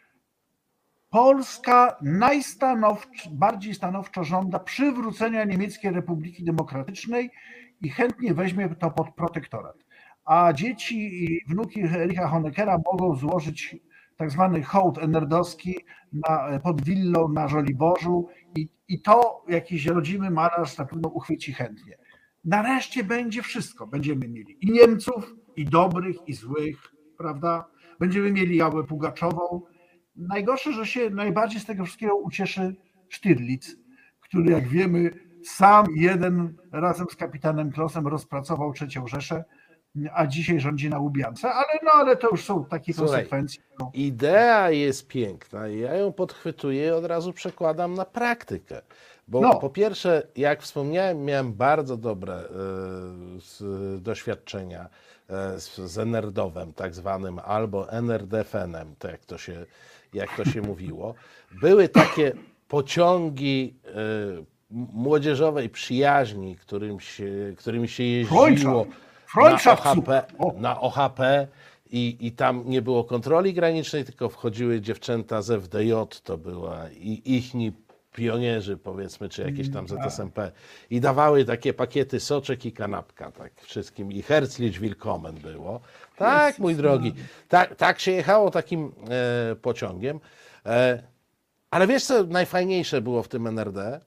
Polska najstanowczo, bardziej stanowczo żąda przywrócenia Niemieckiej Republiki Demokratycznej i chętnie weźmie to pod protektorat. A dzieci i wnuki Ericha Honeckera mogą złożyć tak zwany hołd enerdowski na, pod willą na Żoliborzu i, i to jakiś rodzimy malarz na pewno uchwyci chętnie. Nareszcie będzie wszystko. Będziemy mieli i Niemców, i dobrych, i złych, prawda? Będziemy mieli Jałę Pugaczową. Najgorsze, że się najbardziej z tego wszystkiego ucieszy Sztyrlic, który jak wiemy sam jeden razem z kapitanem Klosem rozpracował trzecią Rzeszę, a dzisiaj rządzi na Łubiance, ale no ale to już są takie Słuchaj, konsekwencje. No. Idea jest piękna i ja ją podchwytuję i od razu przekładam na praktykę. Bo No. po pierwsze, jak wspomniałem, miałem bardzo dobre e, z, doświadczenia e, z, z Enerdowem, tak zwanym, albo Enerdefenem, tak jak to się, jak to się mówiło. Były takie pociągi e, młodzieżowej przyjaźni, którym się, którymi się jeździło na O H P, na O H P i, i tam nie było kontroli granicznej, tylko wchodziły dziewczęta z F D J, to była i ichni pionierzy, powiedzmy, czy jakieś tam Z S M P i dawały takie pakiety soczek i kanapka, tak wszystkim i Herzlich Willkommen było. Tak, mój drogi, tak, tak się jechało takim e, pociągiem, e, ale wiesz co najfajniejsze było w tym N R D?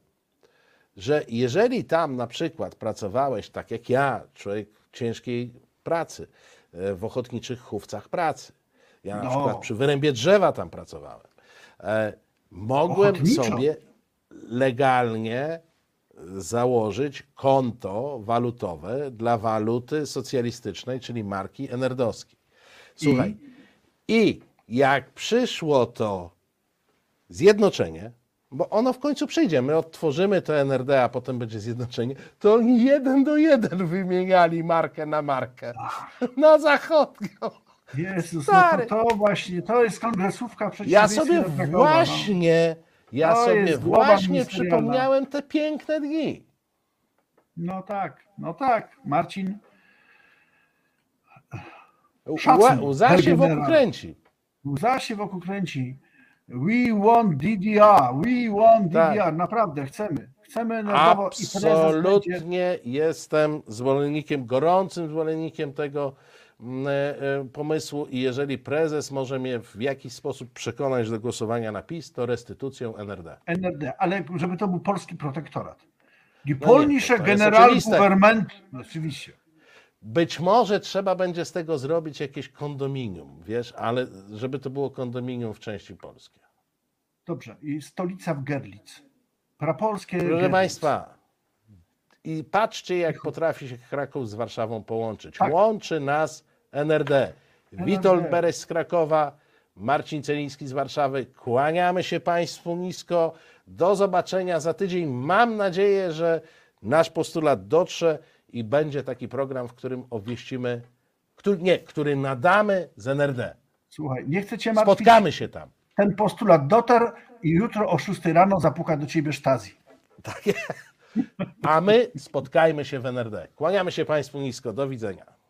Że jeżeli tam na przykład pracowałeś, tak jak ja, człowiek ciężkiej pracy, e, w ochotniczych chówcach pracy, ja na No. przykład przy wyrębie drzewa tam pracowałem, e, mogłem Ochotniczo? sobie legalnie założyć konto walutowe dla waluty socjalistycznej, czyli marki enerdowskiej. Słuchaj, i jak przyszło to zjednoczenie, bo ono w końcu przyjdzie, my odtworzymy to N R D, a potem będzie zjednoczenie, to oni jeden do jeden wymieniali markę na markę. Na zachodnią. Jezus, Stary. no to, to właśnie, to jest kongresówka Ja przeciwieństwie sobie do Krakowa, właśnie, ja To sobie jest głowa właśnie ministerialna. przypomniałem te piękne dni. No. no tak, no tak, Marcin. U- Szacun, Łza herr się wokół generał. kręci. Łza się wokół kręci. We want D D R, we want D D R, Tak. naprawdę chcemy. Chcemy energowo i prezes będzie... Absolutnie jestem zwolennikiem, gorącym zwolennikiem tego mm, e, pomysłu i jeżeli prezes może mnie w jakiś sposób przekonać do głosowania na PiS, to restytucją N R D. N R D, ale żeby to był polski protektorat. Die No nie, polnische to- to jest General oczywiste. Government, oczywiście. Być może trzeba będzie z tego zrobić jakieś kondominium, wiesz, ale żeby to było kondominium w części polskiej. Dobrze, i stolica w Görlitz. Prapolskie Proszę Görlitz. Państwa, i patrzcie, jak potrafi się Kraków z Warszawą połączyć. Tak. Łączy nas N R D. Witold Bereś z Krakowa, Marcin Celiński z Warszawy. Kłaniamy się Państwu nisko. Do zobaczenia za tydzień. Mam nadzieję, że nasz postulat dotrze i będzie taki program, w którym obwieścimy, który, nie, który nadamy z N R D. Słuchaj, nie chcę cię martwić. Spotkamy się tam. Ten postulat dotarł i jutro o szóstej rano zapuka do ciebie Stasi. Tak. A my spotkajmy się w N R D. Kłaniamy się Państwu nisko. Do widzenia.